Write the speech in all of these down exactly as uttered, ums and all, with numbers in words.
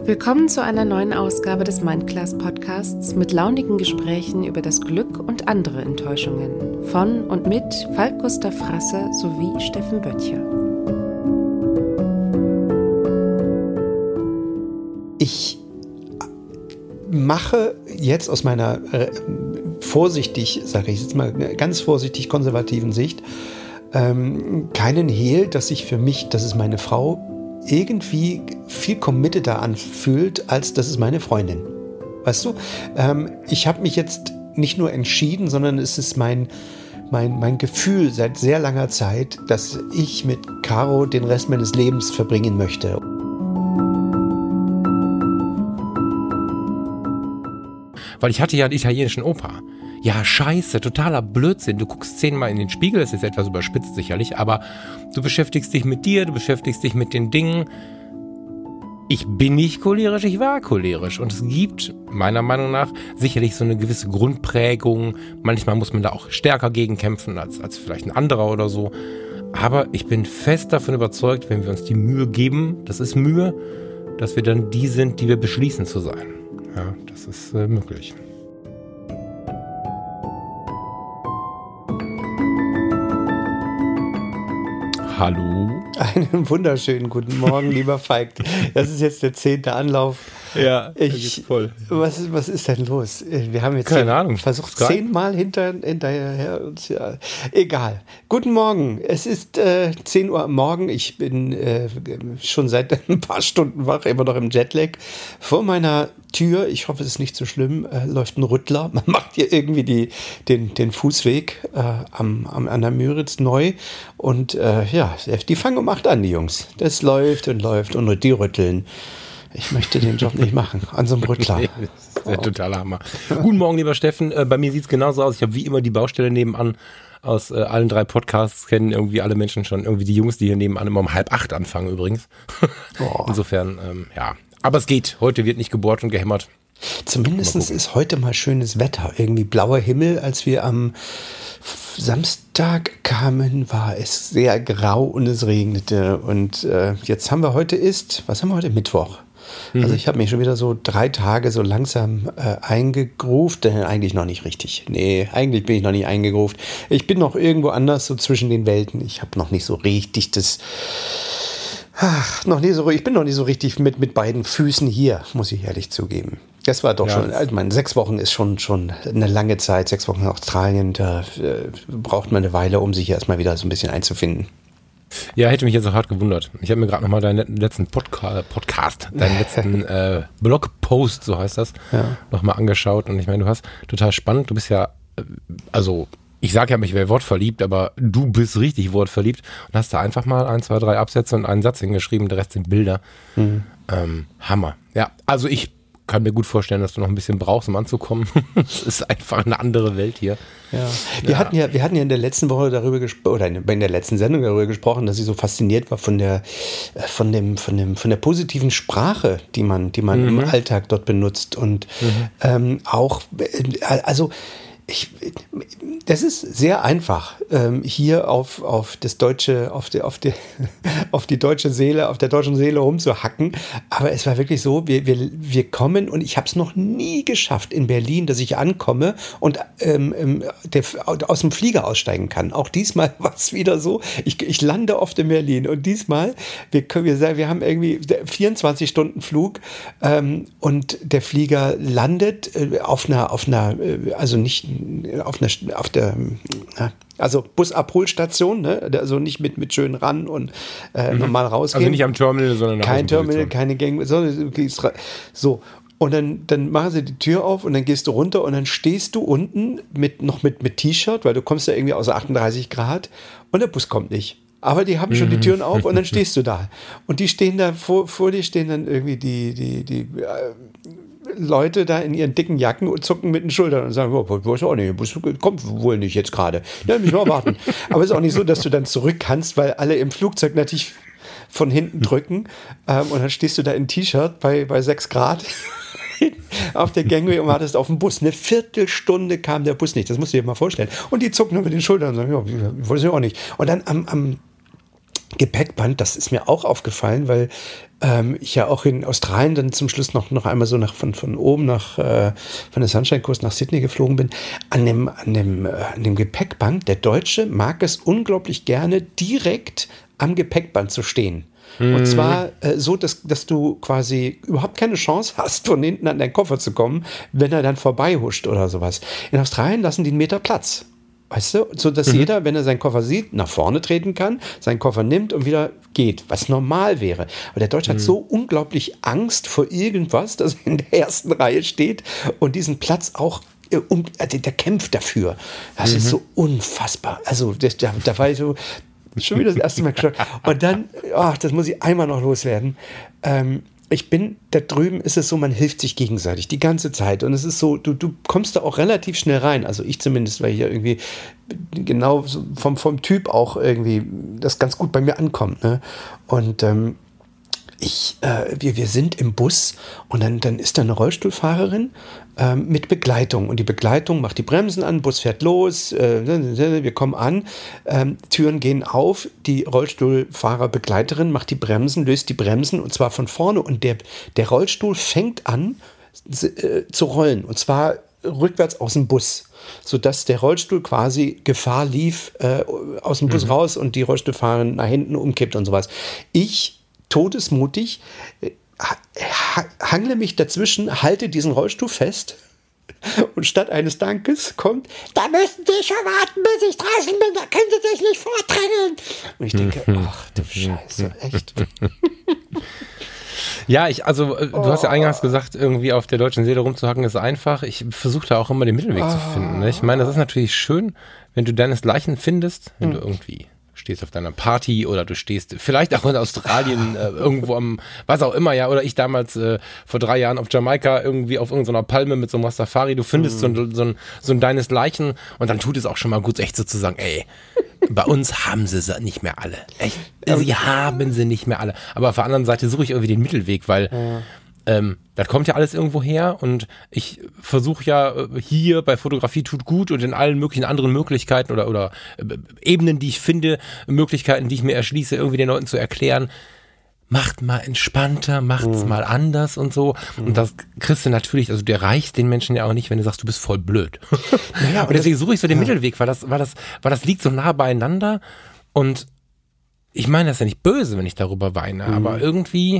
Willkommen zu einer neuen Ausgabe des Mindclass Podcasts mit launigen Gesprächen über das Glück und andere Enttäuschungen. Von und mit Falk Gustav Frasser sowie Steffen Böttcher. Ich mache jetzt aus meiner äh, vorsichtig, sage ich jetzt mal ganz vorsichtig konservativen Sicht, ähm, keinen Hehl, dass sich für mich, dass es meine Frau irgendwie viel committeter anfühlt, als das ist meine Freundin. Weißt du? Ähm, ich habe mich jetzt nicht nur entschieden, sondern es ist mein, mein, mein Gefühl seit sehr langer Zeit, dass ich mit Caro den Rest meines Lebens verbringen möchte. Weil ich hatte ja einen italienischen Opa. Ja, scheiße, totaler Blödsinn. Du guckst zehnmal in den Spiegel, das ist etwas überspitzt sicherlich, aber du beschäftigst dich mit dir, du beschäftigst dich mit den Dingen. Ich bin nicht cholerisch, ich war cholerisch. Und es gibt, meiner Meinung nach, sicherlich so eine gewisse Grundprägung. Manchmal muss man da auch stärker gegen kämpfen als, als vielleicht ein anderer oder so. Aber ich bin fest davon überzeugt, wenn wir uns die Mühe geben, das ist Mühe, dass wir dann die sind, die wir beschließen zu sein. Ja, das ist äh, möglich. Hallo. Einen wunderschönen guten Morgen, lieber Falk. Das ist jetzt der zehnte Anlauf. Ja, ich, voll. Was, was ist denn los? Wir haben jetzt Keine Ahnung. versucht, zehnmal hinter, hinterher uns. Ja. Egal. Guten Morgen. Es ist äh, zehn Uhr am Morgen. Ich bin äh, schon seit ein paar Stunden wach, immer noch im Jetlag. Vor meiner Tür, ich hoffe, es ist nicht so schlimm, äh, läuft ein Rüttler. Man macht hier irgendwie die, den, den Fußweg äh, am, am, an der Müritz neu. Und äh, ja, die fangen um acht an, die Jungs. Das läuft und läuft und die rütteln. Ich möchte den Job nicht machen, an so einem Rüttler. Nee, das ist der totale Hammer. Guten Morgen, lieber Steffen. Äh, bei mir sieht es genauso aus. Ich habe wie immer die Baustelle nebenan. Aus äh, allen drei Podcasts kennen irgendwie alle Menschen schon. Irgendwie die Jungs, die hier nebenan immer um halb acht anfangen übrigens. Oh. Insofern, ähm, ja. Aber es geht. Heute wird nicht gebohrt und gehämmert. Zumindest ist heute mal schönes Wetter. Irgendwie blauer Himmel. Als wir am Samstag kamen, war es sehr grau und es regnete. Und äh, jetzt haben wir heute ist, was haben wir heute? Mittwoch. Also ich habe mich schon wieder so drei Tage so langsam äh, eingegruft, denn eigentlich noch nicht richtig. Nee, eigentlich bin ich noch nicht eingegruft. Ich bin noch irgendwo anders, so zwischen den Welten. Ich habe noch nicht so richtig das... Ach, noch nie so, ich bin noch nicht so richtig mit, mit beiden Füßen hier, muss ich ehrlich zugeben. Das war doch ja, schon, also meine, sechs Wochen ist schon, schon eine lange Zeit. Sechs Wochen in Australien, da äh, braucht man eine Weile, um sich erstmal wieder so ein bisschen einzufinden. Ja, hätte mich jetzt auch hart gewundert. Ich habe mir gerade nochmal deinen letzten Podca- Podcast, deinen letzten äh, Blogpost, so heißt das, ja. nochmal angeschaut. Und ich meine, du hast total spannend, du bist ja, also ich sage ja, ich wäre wortverliebt, aber du bist richtig wortverliebt und hast da einfach mal ein, zwei, drei Absätze und einen Satz hingeschrieben, der Rest sind Bilder. Mhm. Ähm, Hammer. Ja, also ich kann mir gut vorstellen, dass du noch ein bisschen brauchst, um anzukommen. Es ist einfach eine andere Welt hier. Ja. Wir, ja. Hatten ja, wir hatten ja in der letzten Woche darüber gesprochen, oder in der letzten Sendung darüber gesprochen, dass ich so fasziniert war von der, von dem, von dem, von der positiven Sprache, die man, die man mhm. im Alltag dort benutzt. Und mhm. ähm, auch, also Ich, das ist sehr einfach, ähm, hier auf, auf das deutsche, auf die, auf die, auf die deutsche Seele, auf der deutschen Seele rumzuhacken. Aber es war wirklich so, wir, wir, wir kommen und ich habe es noch nie geschafft in Berlin, dass ich ankomme und ähm, der, aus dem Flieger aussteigen kann. Auch diesmal war es wieder so. Ich, ich lande oft in Berlin und diesmal, wir, können, wir, wir haben irgendwie vierundzwanzig Stunden Flug ähm, und der Flieger landet äh, auf einer, auf einer, äh, also nicht auf, einer, auf der, also Busabholstation, ne? Also nicht mit, mit schön ran und äh, mhm. normal rausgehen. Also nicht am Terminal, sondern kein Terminal, keine Gänge. So, so. Und dann, dann machen sie die Tür auf und dann gehst du runter und dann stehst du unten mit, noch mit, mit T-Shirt, weil du kommst ja irgendwie aus achtunddreißig Grad und der Bus kommt nicht. Aber die haben schon die Türen auf und dann stehst du da. Und die stehen da, vor, vor dir stehen dann irgendwie die, die, die äh, Leute da in ihren dicken Jacken und zucken mit den Schultern und sagen, oh, weiß auch nicht, kommt wohl nicht jetzt gerade. Ja, müssen wir warten. Aber es ist auch nicht so, dass du dann zurück kannst, weil alle im Flugzeug natürlich von hinten drücken. Ähm, und dann stehst du da in T-Shirt bei, bei sechs Grad auf der Gangway und wartest auf den Bus. Eine Viertelstunde kam der Bus nicht. Das musst du dir mal vorstellen. Und die zucken nur mit den Schultern und sagen, ja, weiß ich auch nicht. Und dann am, am Gepäckband, das ist mir auch aufgefallen, weil ähm, ich ja auch in Australien dann zum Schluss noch, noch einmal so nach, von, von oben nach, äh, von der Sunshine Coast nach Sydney geflogen bin. An dem, an dem, äh, an dem Gepäckband, der Deutsche mag es unglaublich gerne, direkt am Gepäckband zu stehen. Mhm. Und zwar äh, so, dass, dass du quasi überhaupt keine Chance hast, von hinten an deinen Koffer zu kommen, wenn er dann vorbeihuscht oder sowas. In Australien lassen die einen Meter Platz. Weißt du, so dass mhm. jeder, wenn er seinen Koffer sieht, nach vorne treten kann, seinen Koffer nimmt und wieder geht, was normal wäre. Aber der Deutsche mhm. hat so unglaublich Angst vor irgendwas, dass er in der ersten Reihe steht und diesen Platz auch, äh, um, äh, der kämpft dafür. Das mhm. ist so unfassbar. Also das, da, da war ich so schon wieder das erste Mal geschaut. Und dann, ach, das muss ich einmal noch loswerden. Ähm, Ich bin, da drüben ist es so, man hilft sich gegenseitig die ganze Zeit. Und es ist so, du, du kommst da auch relativ schnell rein. Also ich zumindest, weil ich ja irgendwie genau so vom, vom Typ auch irgendwie das ganz gut bei mir ankommt. Ne? Und ähm, ich, äh, wir, wir sind im Bus und dann, dann ist da eine Rollstuhlfahrerin ähm, mit Begleitung. Und die Begleitung macht die Bremsen an, Bus fährt los, äh, wir kommen an, ähm, Türen gehen auf, die Rollstuhlfahrer-Begleiterin macht die Bremsen, löst die Bremsen und zwar von vorne. Und der, der Rollstuhl fängt an äh, zu rollen und zwar rückwärts aus dem Bus, sodass der Rollstuhl quasi Gefahr lief, äh, aus dem Bus mhm. raus und die Rollstuhlfahrerin nach hinten umkippt und sowas. Ich todesmutig, hangle mich dazwischen, halte diesen Rollstuhl fest und statt eines Dankes kommt, da müssen Sie schon warten, bis ich draußen bin, da können Sie sich nicht vordrängeln. Und ich denke, ach du Scheiße, echt. Ja, ich, also du oh. hast ja eingangs gesagt, irgendwie auf der deutschen Seele rumzuhacken ist einfach. Ich versuche da auch immer den Mittelweg oh. zu finden. Ne? Ich meine, das ist natürlich schön, wenn du deinesgleichen findest, wenn hm. du irgendwie stehst auf deiner Party oder du stehst vielleicht auch in Australien äh, irgendwo am, was auch immer, ja, oder ich damals äh, vor drei Jahren auf Jamaika irgendwie auf irgendeiner Palme mit so einem Rastafari, du findest mm. so, so, ein, so ein deines Leichen und dann tut es auch schon mal gut, echt so zu sagen, ey, bei uns haben sie sie nicht mehr alle. Echt, sie haben sie nicht mehr alle. Aber auf der anderen Seite suche ich irgendwie den Mittelweg, weil ja. Ähm, das kommt ja alles irgendwo her und ich versuche ja hier bei Fotografie tut gut und in allen möglichen anderen Möglichkeiten oder, oder äh, Ebenen, die ich finde, Möglichkeiten, die ich mir erschließe, irgendwie den Leuten zu erklären, macht mal entspannter, macht's mhm. mal anders und so. Mhm. Und das kriegst du natürlich, also du erreichst den Menschen ja auch nicht, wenn du sagst, du bist voll blöd. Naja, und deswegen suche ich so den ja. Mittelweg, weil das, weil das, weil das liegt so nah beieinander und ich meine das ist ja nicht böse, wenn ich darüber weine, mhm. aber irgendwie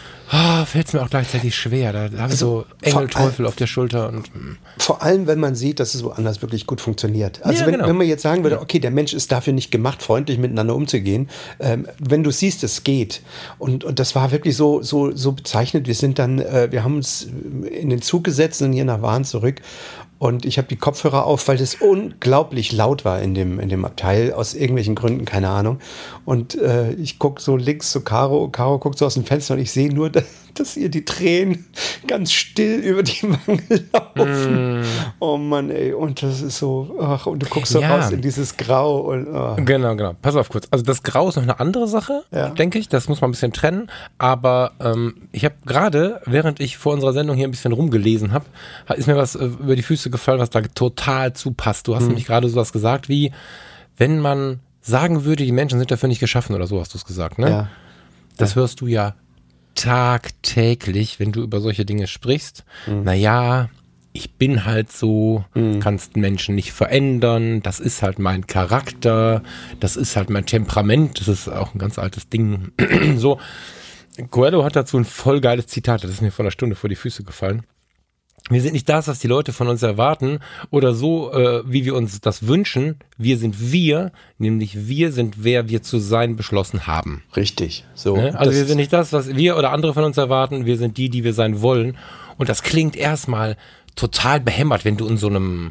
Oh, fällt es mir auch gleichzeitig schwer. Da habe ich also so Engel, Teufel auf der Schulter. Und vor allem, wenn man sieht, dass es woanders wirklich gut funktioniert. Also ja, wenn, genau. wenn man jetzt sagen würde, okay, der Mensch ist dafür nicht gemacht, freundlich miteinander umzugehen. Ähm, wenn du siehst, es geht. Und, und das war wirklich so, so, so bezeichnet. Wir sind dann, äh, wir haben uns in den Zug gesetzt und hier nach Wahn zurück. Und ich habe die Kopfhörer auf, weil das unglaublich laut war in dem, in dem Abteil, aus irgendwelchen Gründen, keine Ahnung. Und äh, ich gucke so links zu Caro, Caro guckt so aus dem Fenster und ich sehe nur, dass, dass ihr die Tränen ganz still über die Wangen laufen. Mm. Oh Mann, ey, und das ist so, ach, und du guckst so ja. raus in dieses Grau. Und, oh. Genau, genau. Pass auf kurz. Also das Grau ist noch eine andere Sache, ja. denke ich. Das muss man ein bisschen trennen. Aber ähm, ich habe gerade, während ich vor unserer Sendung hier ein bisschen rumgelesen habe, ist mir was äh, über die Füße gefallen, was da total zupasst. Du hast mhm. nämlich gerade sowas gesagt wie, wenn man sagen würde, die Menschen sind dafür nicht geschaffen oder so hast du es gesagt, ne? Ja. Das ja. hörst du ja tagtäglich, wenn du über solche Dinge sprichst. Mhm. Naja, ich bin halt so, mhm. kannst Menschen nicht verändern, das ist halt mein Charakter, das ist halt mein Temperament, das ist auch ein ganz altes Ding. So, Coelho hat dazu ein voll geiles Zitat, das ist mir vor einer Stunde vor die Füße gefallen. Wir sind nicht das, was die Leute von uns erwarten oder so, äh, wie wir uns das wünschen. Wir sind wir, nämlich wir sind, wer wir zu sein beschlossen haben. Richtig. So. Ne? Also wir sind nicht das, was wir oder andere von uns erwarten. Wir sind die, die wir sein wollen. Und das klingt erstmal total behämmert, wenn du in so einem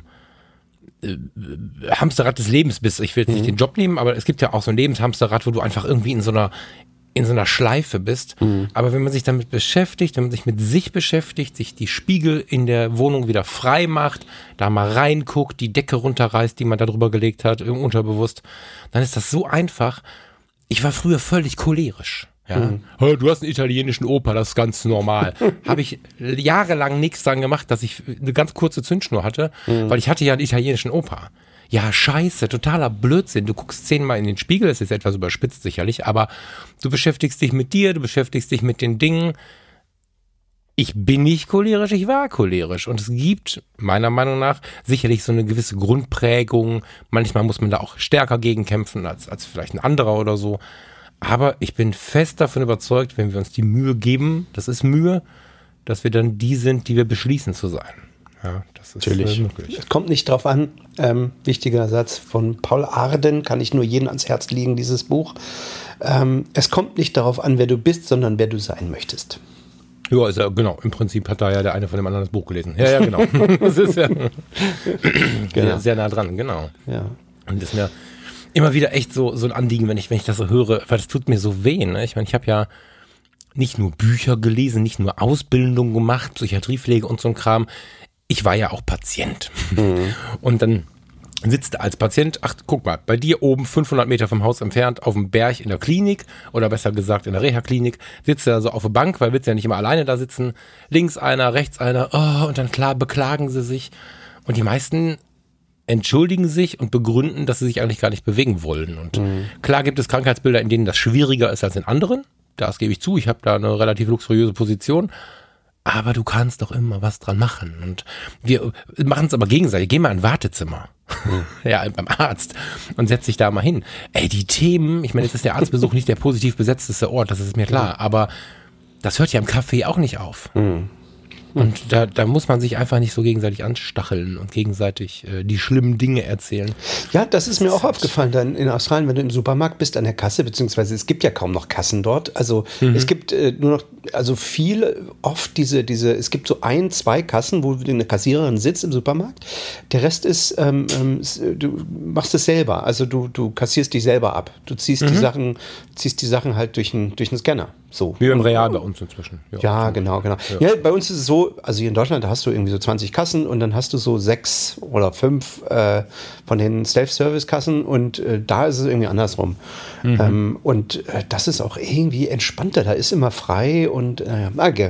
äh, Hamsterrad des Lebens bist. Ich will jetzt nicht mhm. den Job nehmen, aber es gibt ja auch so ein Lebenshamsterrad, wo du einfach irgendwie in so einer in so einer Schleife bist. Mhm. Aber wenn man sich damit beschäftigt, wenn man sich mit sich beschäftigt, sich die Spiegel in der Wohnung wieder frei macht, da mal reinguckt, die Decke runterreißt, die man da drüber gelegt hat, unterbewusst, dann ist das so einfach. Ich war früher völlig cholerisch. Ja. Mhm. Du hast einen italienischen Opa, das ist ganz normal. Habe ich jahrelang nichts dran gemacht, dass ich eine ganz kurze Zündschnur hatte, mhm. weil ich hatte ja einen italienischen Opa. ja, scheiße, totaler Blödsinn. Du guckst zehnmal in den Spiegel, das ist etwas überspitzt sicherlich, aber du beschäftigst dich mit dir, du beschäftigst dich mit den Dingen. Ich bin nicht cholerisch, ich war cholerisch. Und es gibt, meiner Meinung nach, sicherlich so eine gewisse Grundprägung. Manchmal muss man da auch stärker gegen kämpfen als, als vielleicht ein anderer oder so. Aber ich bin fest davon überzeugt, wenn wir uns die Mühe geben, das ist Mühe, dass wir dann die sind, die wir beschließen zu sein. Ja, das ist natürlich. möglich. Es kommt nicht drauf an. Ähm, wichtiger Satz von Paul Arden, kann ich nur jedem ans Herz legen, dieses Buch. Ähm, es kommt nicht darauf an, wer du bist, sondern wer du sein möchtest. Ja, ist ja, genau. Im Prinzip hat da ja der eine von dem anderen das Buch gelesen. Ja, ja, genau. Das ist ja genau. sehr, sehr nah dran, genau. Ja. Und das ist mir immer wieder echt so, so ein Anliegen, wenn ich, wenn ich das so höre, weil das tut mir so weh. Ne? Ich meine, ich habe ja nicht nur Bücher gelesen, nicht nur Ausbildung gemacht, Psychiatriepflege und so ein Kram. Ich war ja auch Patient. Mhm. Und dann sitzt du als Patient, ach, guck mal, bei dir oben fünfhundert Meter vom Haus entfernt auf dem Berg in der Klinik oder besser gesagt in der Reha-Klinik, sitzt du da so auf der Bank, weil willst du ja nicht immer alleine da sitzen. Links einer, rechts einer, oh, und dann klar beklagen sie sich. Und die meisten entschuldigen sich und begründen, dass sie sich eigentlich gar nicht bewegen wollen. Und mhm. klar gibt es Krankheitsbilder, in denen das schwieriger ist als in anderen. Das gebe ich zu, ich habe da eine relativ luxuriöse Position. Aber du kannst doch immer was dran machen. Und wir machen es aber gegenseitig. Geh mal in ein Wartezimmer. Mhm. Ja, beim Arzt. Und setz dich da mal hin. Ey, die Themen, ich meine, jetzt ist der Arztbesuch nicht der positiv besetzteste Ort, das ist mir klar. Mhm. Aber das hört ja im Café auch nicht auf. Mhm. Und da, da muss man sich einfach nicht so gegenseitig anstacheln und gegenseitig äh, die schlimmen Dinge erzählen. Ja, das ist mir auch aufgefallen dann in Australien, wenn du im Supermarkt bist an der Kasse, beziehungsweise es gibt ja kaum noch Kassen dort. Also mhm. es gibt äh, nur noch, also viel, oft diese, diese, es gibt so ein, zwei Kassen, wo eine Kassiererin sitzt im Supermarkt. Der Rest ist, ähm, ähm, du machst es selber. Also du, du kassierst dich selber ab. Du ziehst mhm. die Sachen, ziehst die Sachen halt durch einen durch einen Scanner. So. Wie im Real bei uns inzwischen. Ja, ja genau, genau. Ja. ja, bei uns ist es so, also hier in Deutschland, da hast du irgendwie so zwanzig Kassen und dann hast du so sechs oder fünf äh, von den Self-Service-Kassen und äh, da ist es irgendwie andersrum. Mhm. Ähm, und äh, das ist auch irgendwie entspannter, da ist immer frei und äh, okay.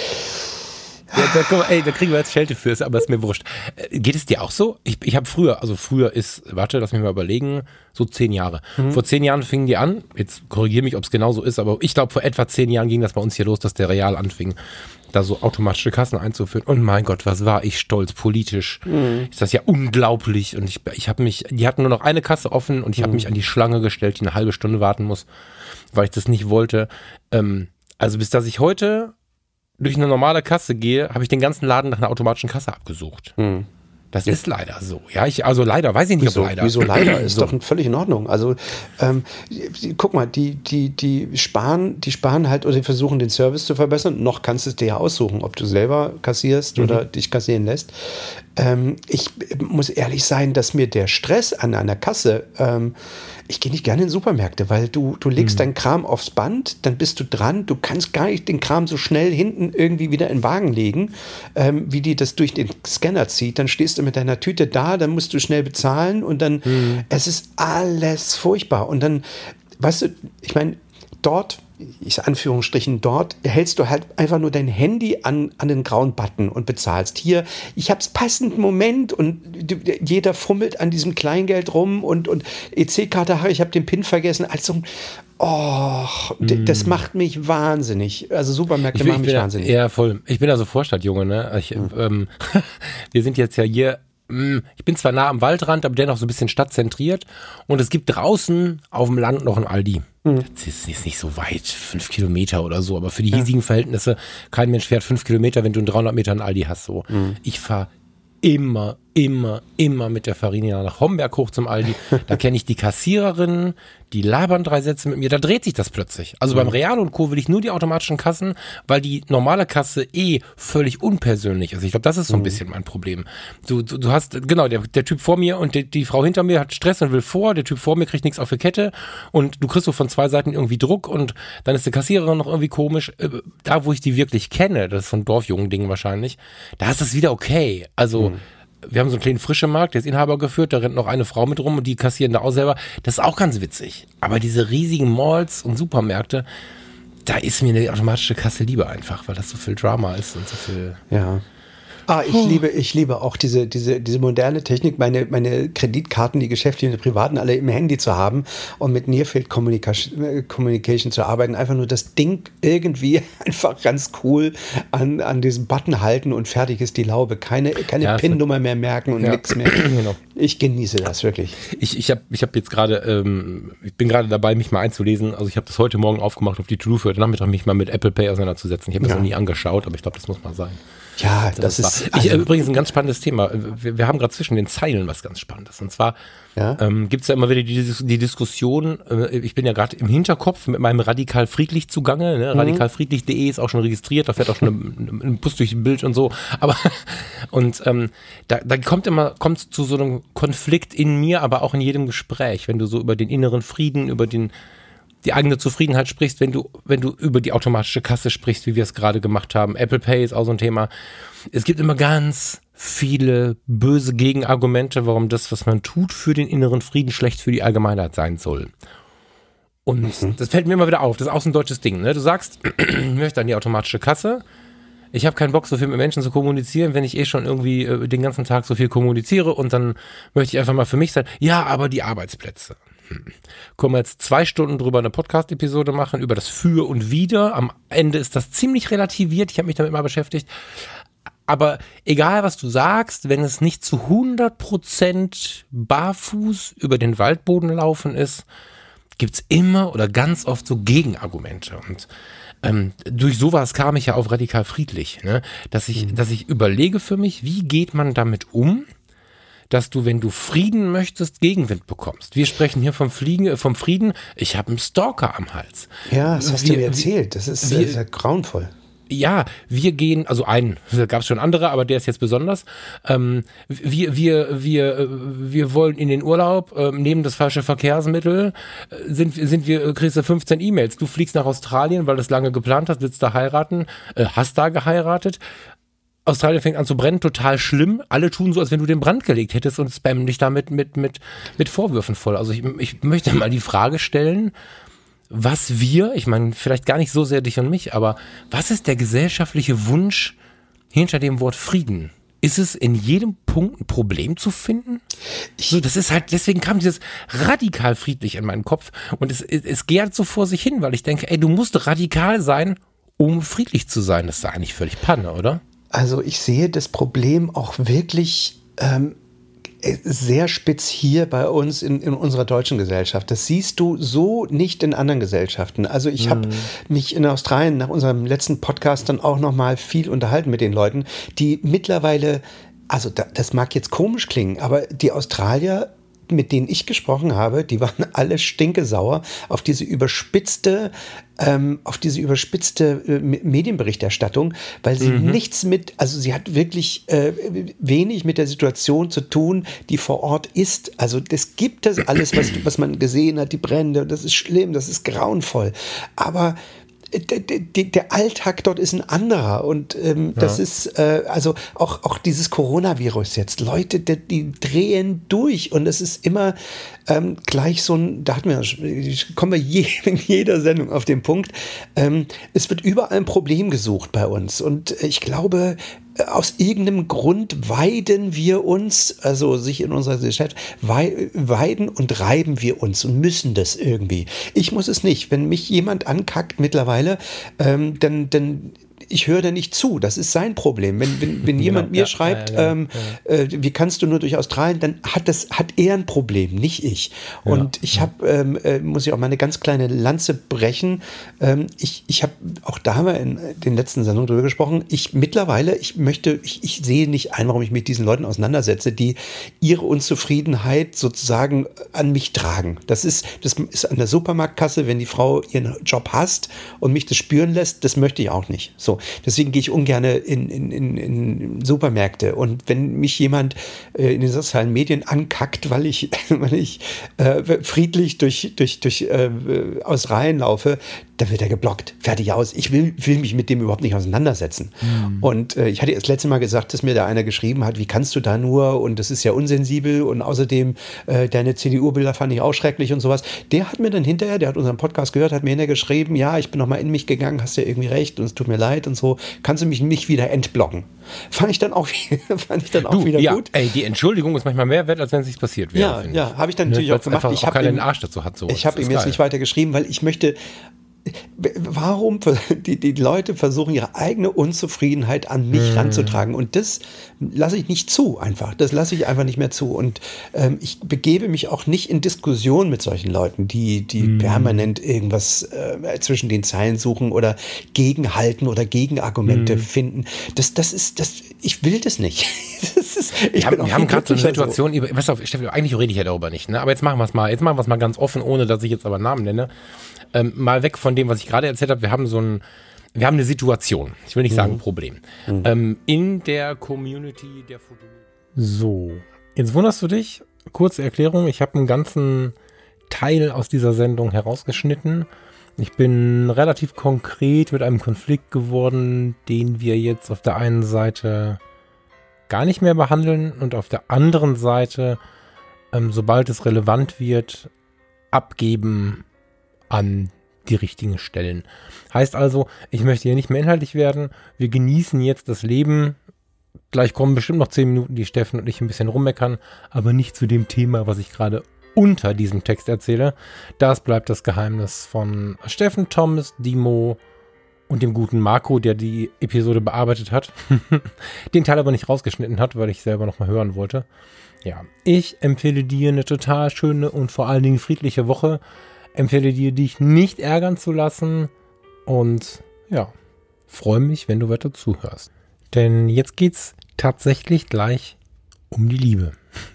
Ja, da, komm, ey, da kriegen wir jetzt Schelte für, aber ist mir wurscht. Geht es dir auch so? Ich, ich habe früher, also früher ist, warte, lass mich mal überlegen, so zehn Jahre. Mhm. Vor zehn Jahren fingen die an, jetzt korrigiere mich, ob es genau so ist, aber ich glaube, vor etwa zehn Jahren ging das bei uns hier los, dass der Real anfing, da so automatische Kassen einzuführen. Und mein Gott, was war ich stolz, politisch. Mhm. Ist das ja unglaublich. Und ich, ich habe mich, die hatten nur noch eine Kasse offen und ich habe mhm. mich an die Schlange gestellt, die eine halbe Stunde warten muss, weil ich das nicht wollte. Ähm, also bis dass ich heute durch eine normale Kasse gehe, habe ich den ganzen Laden nach einer automatischen Kasse abgesucht. Hm. Das ja. ist leider so. Ja, ich, also leider, weiß ich nicht, wieso, ob leider. Wieso leider? Ist so. Doch völlig in Ordnung. Also, ähm, guck mal, die, die, die sparen, die sparen halt oder die versuchen den Service zu verbessern. Noch kannst du es dir ja aussuchen, ob du selber kassierst mhm. oder dich kassieren lässt. Ähm, ich muss ehrlich sein, dass mir der Stress an einer Kasse, ähm, ich gehe nicht gerne in Supermärkte, weil du, du legst mhm. deinen Kram aufs Band, dann bist du dran, du kannst gar nicht den Kram so schnell hinten irgendwie wieder in den Wagen legen, ähm, wie die das durch den Scanner zieht. Dann stehst du mit deiner Tüte da, dann musst du schnell bezahlen und dann, mhm. es ist alles furchtbar. Und dann, weißt du, ich meine, dort, ich Anführungsstrichen, dort hältst du halt einfach nur dein Handy an, an den grauen Button und bezahlst. Hier, ich hab's passenden Moment und jeder fummelt an diesem Kleingeld rum und, und E C-Karte, ich habe den PIN vergessen. Also, oh, mm. das macht mich wahnsinnig. Also Supermärkte machen mich wahnsinnig. Ja, voll. Ich bin also Vorstadtjunge, ne? Ich, mhm. ähm, wir sind jetzt ja hier. Ich bin zwar nah am Waldrand, aber dennoch so ein bisschen stadtzentriert. Und es gibt draußen auf dem Land noch ein Aldi. Mhm. Das ist, ist nicht so weit, fünf Kilometer oder so. Aber für die hiesigen ja. Verhältnisse, kein Mensch fährt fünf Kilometer, wenn du in dreihundert Metern ein Aldi hast. So. Mhm. Ich fahre immer, immer, immer mit der Farina nach Homberg hoch zum Aldi. Da kenne ich die Kassiererinnen, die labern drei Sätze mit mir, da dreht sich das plötzlich. Also mhm. beim Real und Co. will ich nur die automatischen Kassen, weil die normale Kasse eh völlig unpersönlich ist. Ich glaube, das ist so ein mhm. bisschen mein Problem. Du, du, du hast, genau, der, der Typ vor mir und die, die Frau hinter mir hat Stress und will vor, der Typ vor mir kriegt nichts auf die Kette und du kriegst so von zwei Seiten irgendwie Druck und dann ist die Kassiererin noch irgendwie komisch. Da, wo ich die wirklich kenne, das ist so ein Dorfjungen-Ding wahrscheinlich, da ist das wieder okay. Also, mhm. wir haben so einen kleinen Frischemarkt, der ist Inhaber geführt, da rennt noch eine Frau mit rum und die kassieren da auch selber. Das ist auch ganz witzig. Aber diese riesigen Malls und Supermärkte, da ist mir eine automatische Kasse lieber einfach, weil das so viel Drama ist und so viel... Ja. Ah, ich liebe, ich liebe auch diese, diese, diese moderne Technik, meine, meine Kreditkarten, die geschäftlichen, die privaten, alle im Handy zu haben und mit Near-Field Communication, Communication zu arbeiten. Einfach nur das Ding irgendwie einfach ganz cool an, an diesem Button halten und fertig ist die Laube. Keine, keine Ja, PIN-Nummer mehr merken und ja. nichts mehr. Genau. Ich genieße das wirklich. Ich, ich habe ich hab jetzt gerade, ähm, ich bin gerade dabei, mich mal einzulesen. Also ich habe das heute Morgen aufgemacht auf die To-Do für heute Nachmittag, mich mal mit Apple Pay auseinanderzusetzen. Ich habe das Ja. noch nie angeschaut, aber ich glaube, das muss mal sein. Ja, das, das ist... Ich, also, übrigens ein ganz spannendes Thema. Wir, wir haben gerade zwischen den Zeilen was ganz Spannendes. Und zwar ja? ähm, gibt es ja immer wieder die, die Diskussion, äh, ich bin ja gerade im Hinterkopf mit meinem Radikal Friedlich zugange. Ne? Mhm. radikal friedlich punkt de ist auch schon registriert, da fährt auch schon ein, ein Bus durch ein Bild und so. Aber und ähm, da, da kommt immer kommt zu so einem Konflikt in mir, aber auch in jedem Gespräch, wenn du so über den inneren Frieden, über den die eigene Zufriedenheit sprichst, wenn du, wenn du über die automatische Kasse sprichst, wie wir es gerade gemacht haben. Apple Pay ist auch so ein Thema. Es gibt immer ganz viele böse Gegenargumente, warum das, was man tut, für den inneren Frieden schlecht für die Allgemeinheit sein soll. Und mhm. das fällt mir immer wieder auf. Das ist auch so ein deutsches Ding. Ne? Du sagst, ich möchte an die automatische Kasse. Ich habe keinen Bock, so viel mit Menschen zu kommunizieren, wenn ich eh schon irgendwie äh, den ganzen Tag so viel kommuniziere und dann möchte ich einfach mal für mich sein. Ja, aber die Arbeitsplätze. Hm. Können wir jetzt zwei Stunden drüber eine Podcast-Episode machen, über das Für und Wider. Am Ende ist das ziemlich relativiert. Ich habe mich damit mal beschäftigt. Aber egal, was du sagst, wenn es nicht zu hundert Prozent barfuß über den Waldboden laufen ist, gibt es immer oder ganz oft so Gegenargumente. Und ähm, durch sowas kam ich ja auf radikal friedlich, ne? Dass ich, mhm. dass ich überlege für mich, wie geht man damit um, dass du, wenn du Frieden möchtest, Gegenwind bekommst. Wir sprechen hier vom, Fliegen, vom Frieden. Ich habe einen Stalker am Hals. Ja, das hast wir, du mir erzählt. Das ist, wir, das ist ja grauenvoll. Ja, wir gehen, also einen, da gab es schon andere, aber der ist jetzt besonders. Ähm, wir, wir, wir, wir wollen in den Urlaub, äh, nehmen das falsche Verkehrsmittel, äh, sind, sind wir, kriegst du fünfzehn E-Mails. Du fliegst nach Australien, weil du es lange geplant hast, willst da heiraten, äh, hast da geheiratet. Australien fängt an zu brennen, total schlimm. Alle tun so, als wenn du den Brand gelegt hättest und spammen dich damit mit, mit, mit Vorwürfen voll. Also ich, ich möchte mal die Frage stellen, was wir, ich meine, vielleicht gar nicht so sehr dich und mich, aber was ist der gesellschaftliche Wunsch hinter dem Wort Frieden? Ist es in jedem Punkt ein Problem zu finden? So, das ist halt, deswegen kam dieses radikal friedlich in meinen Kopf und es, es gärt so vor sich hin, weil ich denke, ey, du musst radikal sein, um friedlich zu sein. Das ist eigentlich völlig Panne, oder? Also ich sehe das Problem auch wirklich ähm, sehr spitz hier bei uns in, in unserer deutschen Gesellschaft. Das siehst du so nicht in anderen Gesellschaften. Also ich habe mhm. mich in Australien nach unserem letzten Podcast dann auch noch mal viel unterhalten mit den Leuten, die mittlerweile, also da, das mag jetzt komisch klingen, aber die Australier, mit denen ich gesprochen habe, die waren alle stinkesauer auf diese überspitzte, ähm, auf diese überspitzte äh, Medienberichterstattung, weil sie mhm. nichts mit, also sie hat wirklich äh, wenig mit der Situation zu tun, die vor Ort ist. Also das gibt das alles, was, was man gesehen hat, die Brände, das ist schlimm, das ist grauenvoll. Aber der Alltag dort ist ein anderer und ähm, ja. das ist äh, also auch, auch dieses Coronavirus jetzt. Leute, die, die drehen durch und es ist immer ähm, gleich so ein, da hatten wir, kommen wir je, in jeder Sendung auf den Punkt, ähm, es wird überall ein Problem gesucht bei uns und ich glaube, aus irgendeinem Grund weiden wir uns, also sich in unserer Gesellschaft, weiden und reiben wir uns und müssen das irgendwie. Ich muss es nicht. Wenn mich jemand ankackt mittlerweile, ähm, dann, dann ich höre da nicht zu. Das ist sein Problem. Wenn, wenn, wenn jemand genau, mir ja, schreibt, ja, ja, ähm, ja. Äh, wie kannst du nur durch Australien, dann hat das hat er ein Problem, nicht ich. Und ja, ich habe, ähm, äh, muss ich auch mal eine ganz kleine Lanze brechen. Ähm, ich ich habe, auch da haben wir in den letzten Sendungen drüber gesprochen, ich mittlerweile, ich möchte, ich, ich sehe nicht ein, warum ich mich mit diesen Leuten auseinandersetze, die ihre Unzufriedenheit sozusagen an mich tragen. Das ist, das ist an der Supermarktkasse, wenn die Frau ihren Job hasst und mich das spüren lässt, das möchte ich auch nicht. So. Deswegen gehe ich ungern in, in, in, in Supermärkte. Und wenn mich jemand äh, in den sozialen Medien ankackt, weil ich, weil ich äh, friedlich durch, durch, durch äh, Australien laufe, dann wird er geblockt. Fertig aus. Ich will, will mich mit dem überhaupt nicht auseinandersetzen. Mhm. Und äh, ich hatte das letzte Mal gesagt, dass mir da einer geschrieben hat, wie kannst du da nur und das ist ja unsensibel und außerdem äh, deine C D U-Bilder fand ich auch schrecklich und sowas. Der hat mir dann hinterher, der hat unseren Podcast gehört, hat mir hinterher geschrieben, ja, ich bin noch mal in mich gegangen, hast ja irgendwie recht und es tut mir leid und so. Kannst du mich nicht wieder entblocken? Fand ich dann auch, fand ich dann auch du, wieder ja, gut. Ey, die Entschuldigung ist manchmal mehr wert, als wenn es nicht passiert wäre. Ja, ja, habe ich dann natürlich ne, auch gemacht. Ich habe keinen Arsch dazu hat. So. Ich habe ihm jetzt nicht weiter geschrieben, weil ich möchte. Warum die, die Leute versuchen, ihre eigene Unzufriedenheit an mich hm. ranzutragen? Und das lasse ich nicht zu, einfach. Das lasse ich einfach nicht mehr zu. Und ähm, ich begebe mich auch nicht in Diskussionen mit solchen Leuten, die, die hm. permanent irgendwas äh, zwischen den Zeilen suchen oder gegenhalten oder Gegenargumente hm. finden. Das, das ist, das, ich will das nicht. Das ist, ich wir bin haben, wir haben gerade so eine Situation, so. Weißt du, Steffi, eigentlich rede ich ja darüber nicht, ne? Aber jetzt machen wir es mal, jetzt machen wir es mal ganz offen, ohne dass ich jetzt aber Namen nenne. Ähm, mal weg von dem, was ich gerade erzählt habe. Wir haben so ein, wir haben eine Situation. Ich will nicht sagen mhm. Problem. Mhm. Ähm, in der Community der Foto. So, jetzt wunderst du dich. Kurze Erklärung. Ich habe einen ganzen Teil aus dieser Sendung herausgeschnitten. Ich bin relativ konkret mit einem Konflikt geworden, den wir jetzt auf der einen Seite gar nicht mehr behandeln und auf der anderen Seite, ähm, sobald es relevant wird, abgeben an die richtigen Stellen. Heißt also, ich möchte hier nicht mehr inhaltlich werden. Wir genießen jetzt das Leben. Gleich kommen bestimmt noch zehn Minuten, die Steffen und ich ein bisschen rummeckern, aber nicht zu dem Thema, was ich gerade unter diesem Text erzähle. Das bleibt das Geheimnis von Steffen, Thomas, Dimo und dem guten Marco, der die Episode bearbeitet hat. Den Teil aber nicht rausgeschnitten hat, weil ich selber noch mal hören wollte. Ja, ich empfehle dir eine total schöne und vor allen Dingen friedliche Woche. Empfehle dir, dich nicht ärgern zu lassen und ja, freue mich, wenn du weiter zuhörst. Denn jetzt geht's tatsächlich gleich um die Liebe.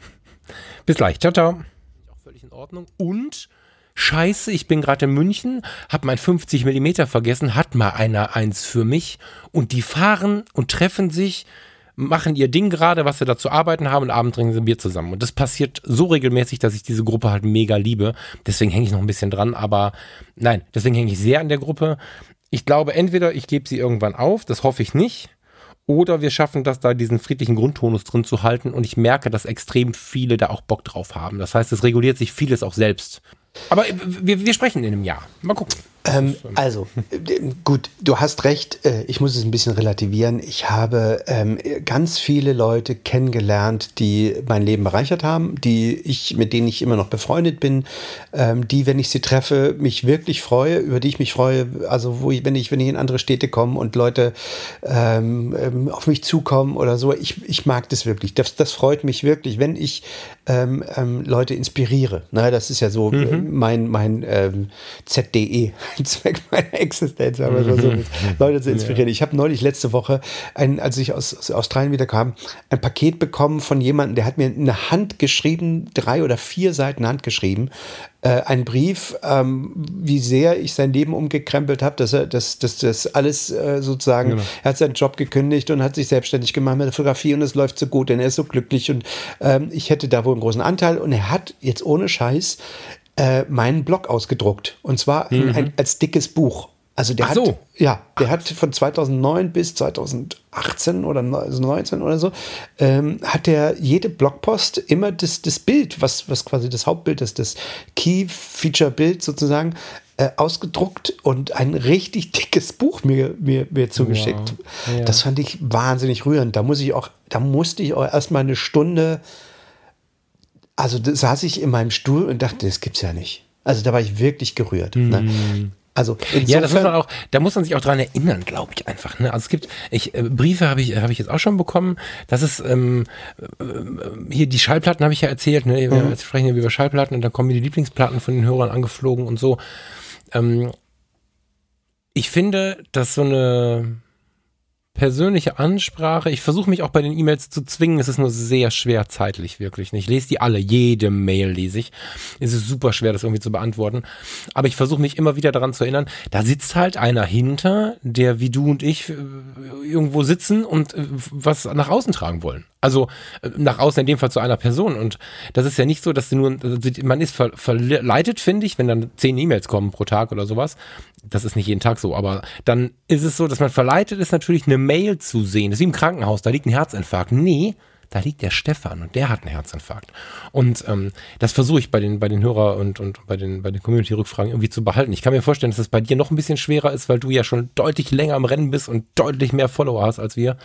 Bis gleich, ciao, ciao. Auch völlig in Ordnung. Und Scheiße, ich bin gerade in München, hab mein fünfzig Millimeter vergessen, hat mal einer eins für mich und die fahren und treffen sich, machen ihr Ding gerade, was sie da zu arbeiten haben und abends trinken sie Bier zusammen. Und das passiert so regelmäßig, dass ich diese Gruppe halt mega liebe. Deswegen hänge ich noch ein bisschen dran, aber nein, deswegen hänge ich sehr an der Gruppe. Ich glaube, entweder ich gebe sie irgendwann auf, das hoffe ich nicht, oder wir schaffen das, da diesen friedlichen Grundtonus drin zu halten und ich merke, dass extrem viele da auch Bock drauf haben. Das heißt, es reguliert sich vieles auch selbst. Aber wir, wir sprechen in einem Jahr. Mal gucken. Ähm, also, gut, du hast recht, ich muss es ein bisschen relativieren. Ich habe ähm, ganz viele Leute kennengelernt, die mein Leben bereichert haben, die ich, mit denen ich immer noch befreundet bin, ähm, die, wenn ich sie treffe, mich wirklich freue, über die ich mich freue. Also, wo ich, wenn ich, wenn ich in andere Städte komme und Leute ähm, auf mich zukommen oder so, ich, ich mag das wirklich. Das, das freut mich wirklich, wenn ich ähm, ähm, Leute inspiriere. Na, das ist ja so mhm. mein, mein ähm, Z D E. Zweck meiner Existenz, aber so, so Leute zu inspirieren. Ja. Ich habe neulich letzte Woche, ein, als ich aus, aus Australien wieder kam, ein Paket bekommen von jemandem, der hat mir eine Hand geschrieben, drei oder vier Seiten Hand geschrieben, äh, ein Brief, ähm, wie sehr ich sein Leben umgekrempelt habe, dass er das, das, das alles äh, sozusagen, genau. Er hat seinen Job gekündigt und hat sich selbstständig gemacht mit der Fotografie und es läuft so gut und er ist so glücklich und ähm, ich hätte da wohl einen großen Anteil und er hat jetzt ohne Scheiß Äh, meinen Blog ausgedruckt. Und zwar mhm. ein, als dickes Buch. Also der Ach so. hat, ja, der Ach. hat von zweitausendneun bis zweitausendachtzehn oder neunzehn oder so, ähm, hat der jede Blogpost immer das, das Bild, was, was quasi das Hauptbild ist, das Key-Feature-Bild sozusagen, äh, ausgedruckt und ein richtig dickes Buch mir, mir, mir zugeschickt. Wow. Ja. Das fand ich wahnsinnig rührend. Da muss ich auch, da musste ich auch erstmal eine Stunde. Also da saß ich in meinem Stuhl und dachte, das gibt's ja nicht. Also da war ich wirklich gerührt. Mm. Ne? Also insofern, ja, das muss man auch, da muss man sich auch dran erinnern, glaube ich einfach. Ne? Also es gibt, ich, äh, Briefe habe ich, habe ich jetzt auch schon bekommen. Das ist ähm, äh, hier die Schallplatten habe ich ja erzählt. Ne? Wir mhm. sprechen ja über Schallplatten und dann kommen mir die Lieblingsplatten von den Hörern angeflogen und so. Ähm, ich finde, dass so eine persönliche Ansprache, ich versuche mich auch bei den E-Mails zu zwingen, es ist nur sehr schwer zeitlich, wirklich. Ich lese die alle, jede Mail lese ich. Es ist super schwer, das irgendwie zu beantworten. Aber ich versuche mich immer wieder daran zu erinnern, da sitzt halt einer hinter, der wie du und ich irgendwo sitzen und was nach außen tragen wollen. Also nach außen in dem Fall zu einer Person. Und das ist ja nicht so, dass du nur, man ist ver, verleitet, finde ich, wenn dann zehn E-Mails kommen pro Tag oder sowas. Das ist nicht jeden Tag so, aber dann ist es so, dass man verleitet ist, natürlich eine Mail zu sehen. Das ist wie im Krankenhaus, da liegt ein Herzinfarkt. Nee, da liegt der Stefan und der hat einen Herzinfarkt. Und ähm, das versuche ich bei den, bei den Hörer- und, und bei den, bei den Community-Rückfragen irgendwie zu behalten. Ich kann mir vorstellen, dass es bei dir noch ein bisschen schwerer ist, weil du ja schon deutlich länger im Rennen bist und deutlich mehr Follower hast als wir.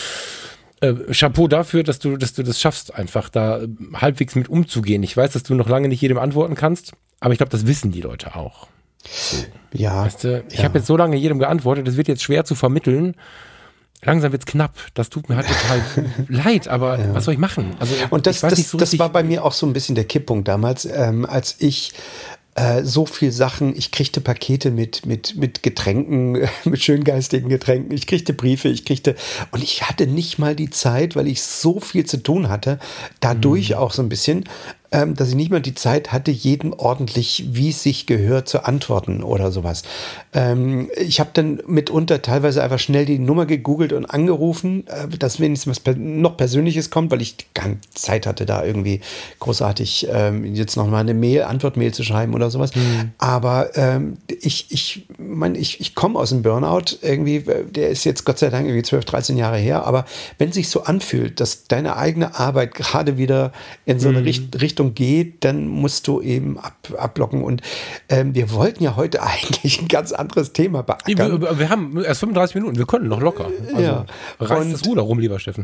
Äh, Chapeau dafür, dass du, dass du das schaffst, einfach da halbwegs mit umzugehen. Ich weiß, dass du noch lange nicht jedem antworten kannst, aber ich glaube, das wissen die Leute auch. So. Ja. Weißt du, ich ja. habe jetzt so lange jedem geantwortet, das wird jetzt schwer zu vermitteln. Langsam wird's knapp. Das tut mir halt total leid, aber ja. was soll ich machen? Also, und das, ich weiß das, nicht so das richtig, war bei mir auch so ein bisschen der Kipppunkt damals, ähm, als ich äh, so viel Sachen, ich kriegte Pakete mit, mit, mit Getränken, mit schöngeistigen Getränken, ich kriegte Briefe, ich kriegte, und ich hatte nicht mal die Zeit, weil ich so viel zu tun hatte, dadurch mhm. auch so ein bisschen, ähm, dass ich nicht mal die Zeit hatte, jedem ordentlich, wie es sich gehört, zu antworten oder sowas. Ähm, ich habe dann mitunter teilweise einfach schnell die Nummer gegoogelt und angerufen, äh, dass wenigstens was per- noch Persönliches kommt, weil ich keine Zeit hatte, da irgendwie großartig ähm, jetzt noch mal eine Mail, Antwortmail zu schreiben oder sowas. Mhm. Aber ähm, ich, ich meine, ich, ich komme aus dem Burnout irgendwie, der ist jetzt Gott sei Dank irgendwie zwölf, dreizehn Jahre her, aber wenn es sich so anfühlt, dass deine eigene Arbeit gerade wieder in so eine mhm. Richt- Richtung geht, dann musst du eben ab, ablocken. Und ähm, wir wollten ja heute eigentlich ein ganz anderes Thema beackern. Wir, wir haben erst fünfunddreißig Minuten, wir können noch locker. Also ja. reiß und, das Ruder rum, lieber Steffen.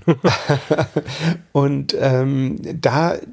und ähm, da äh,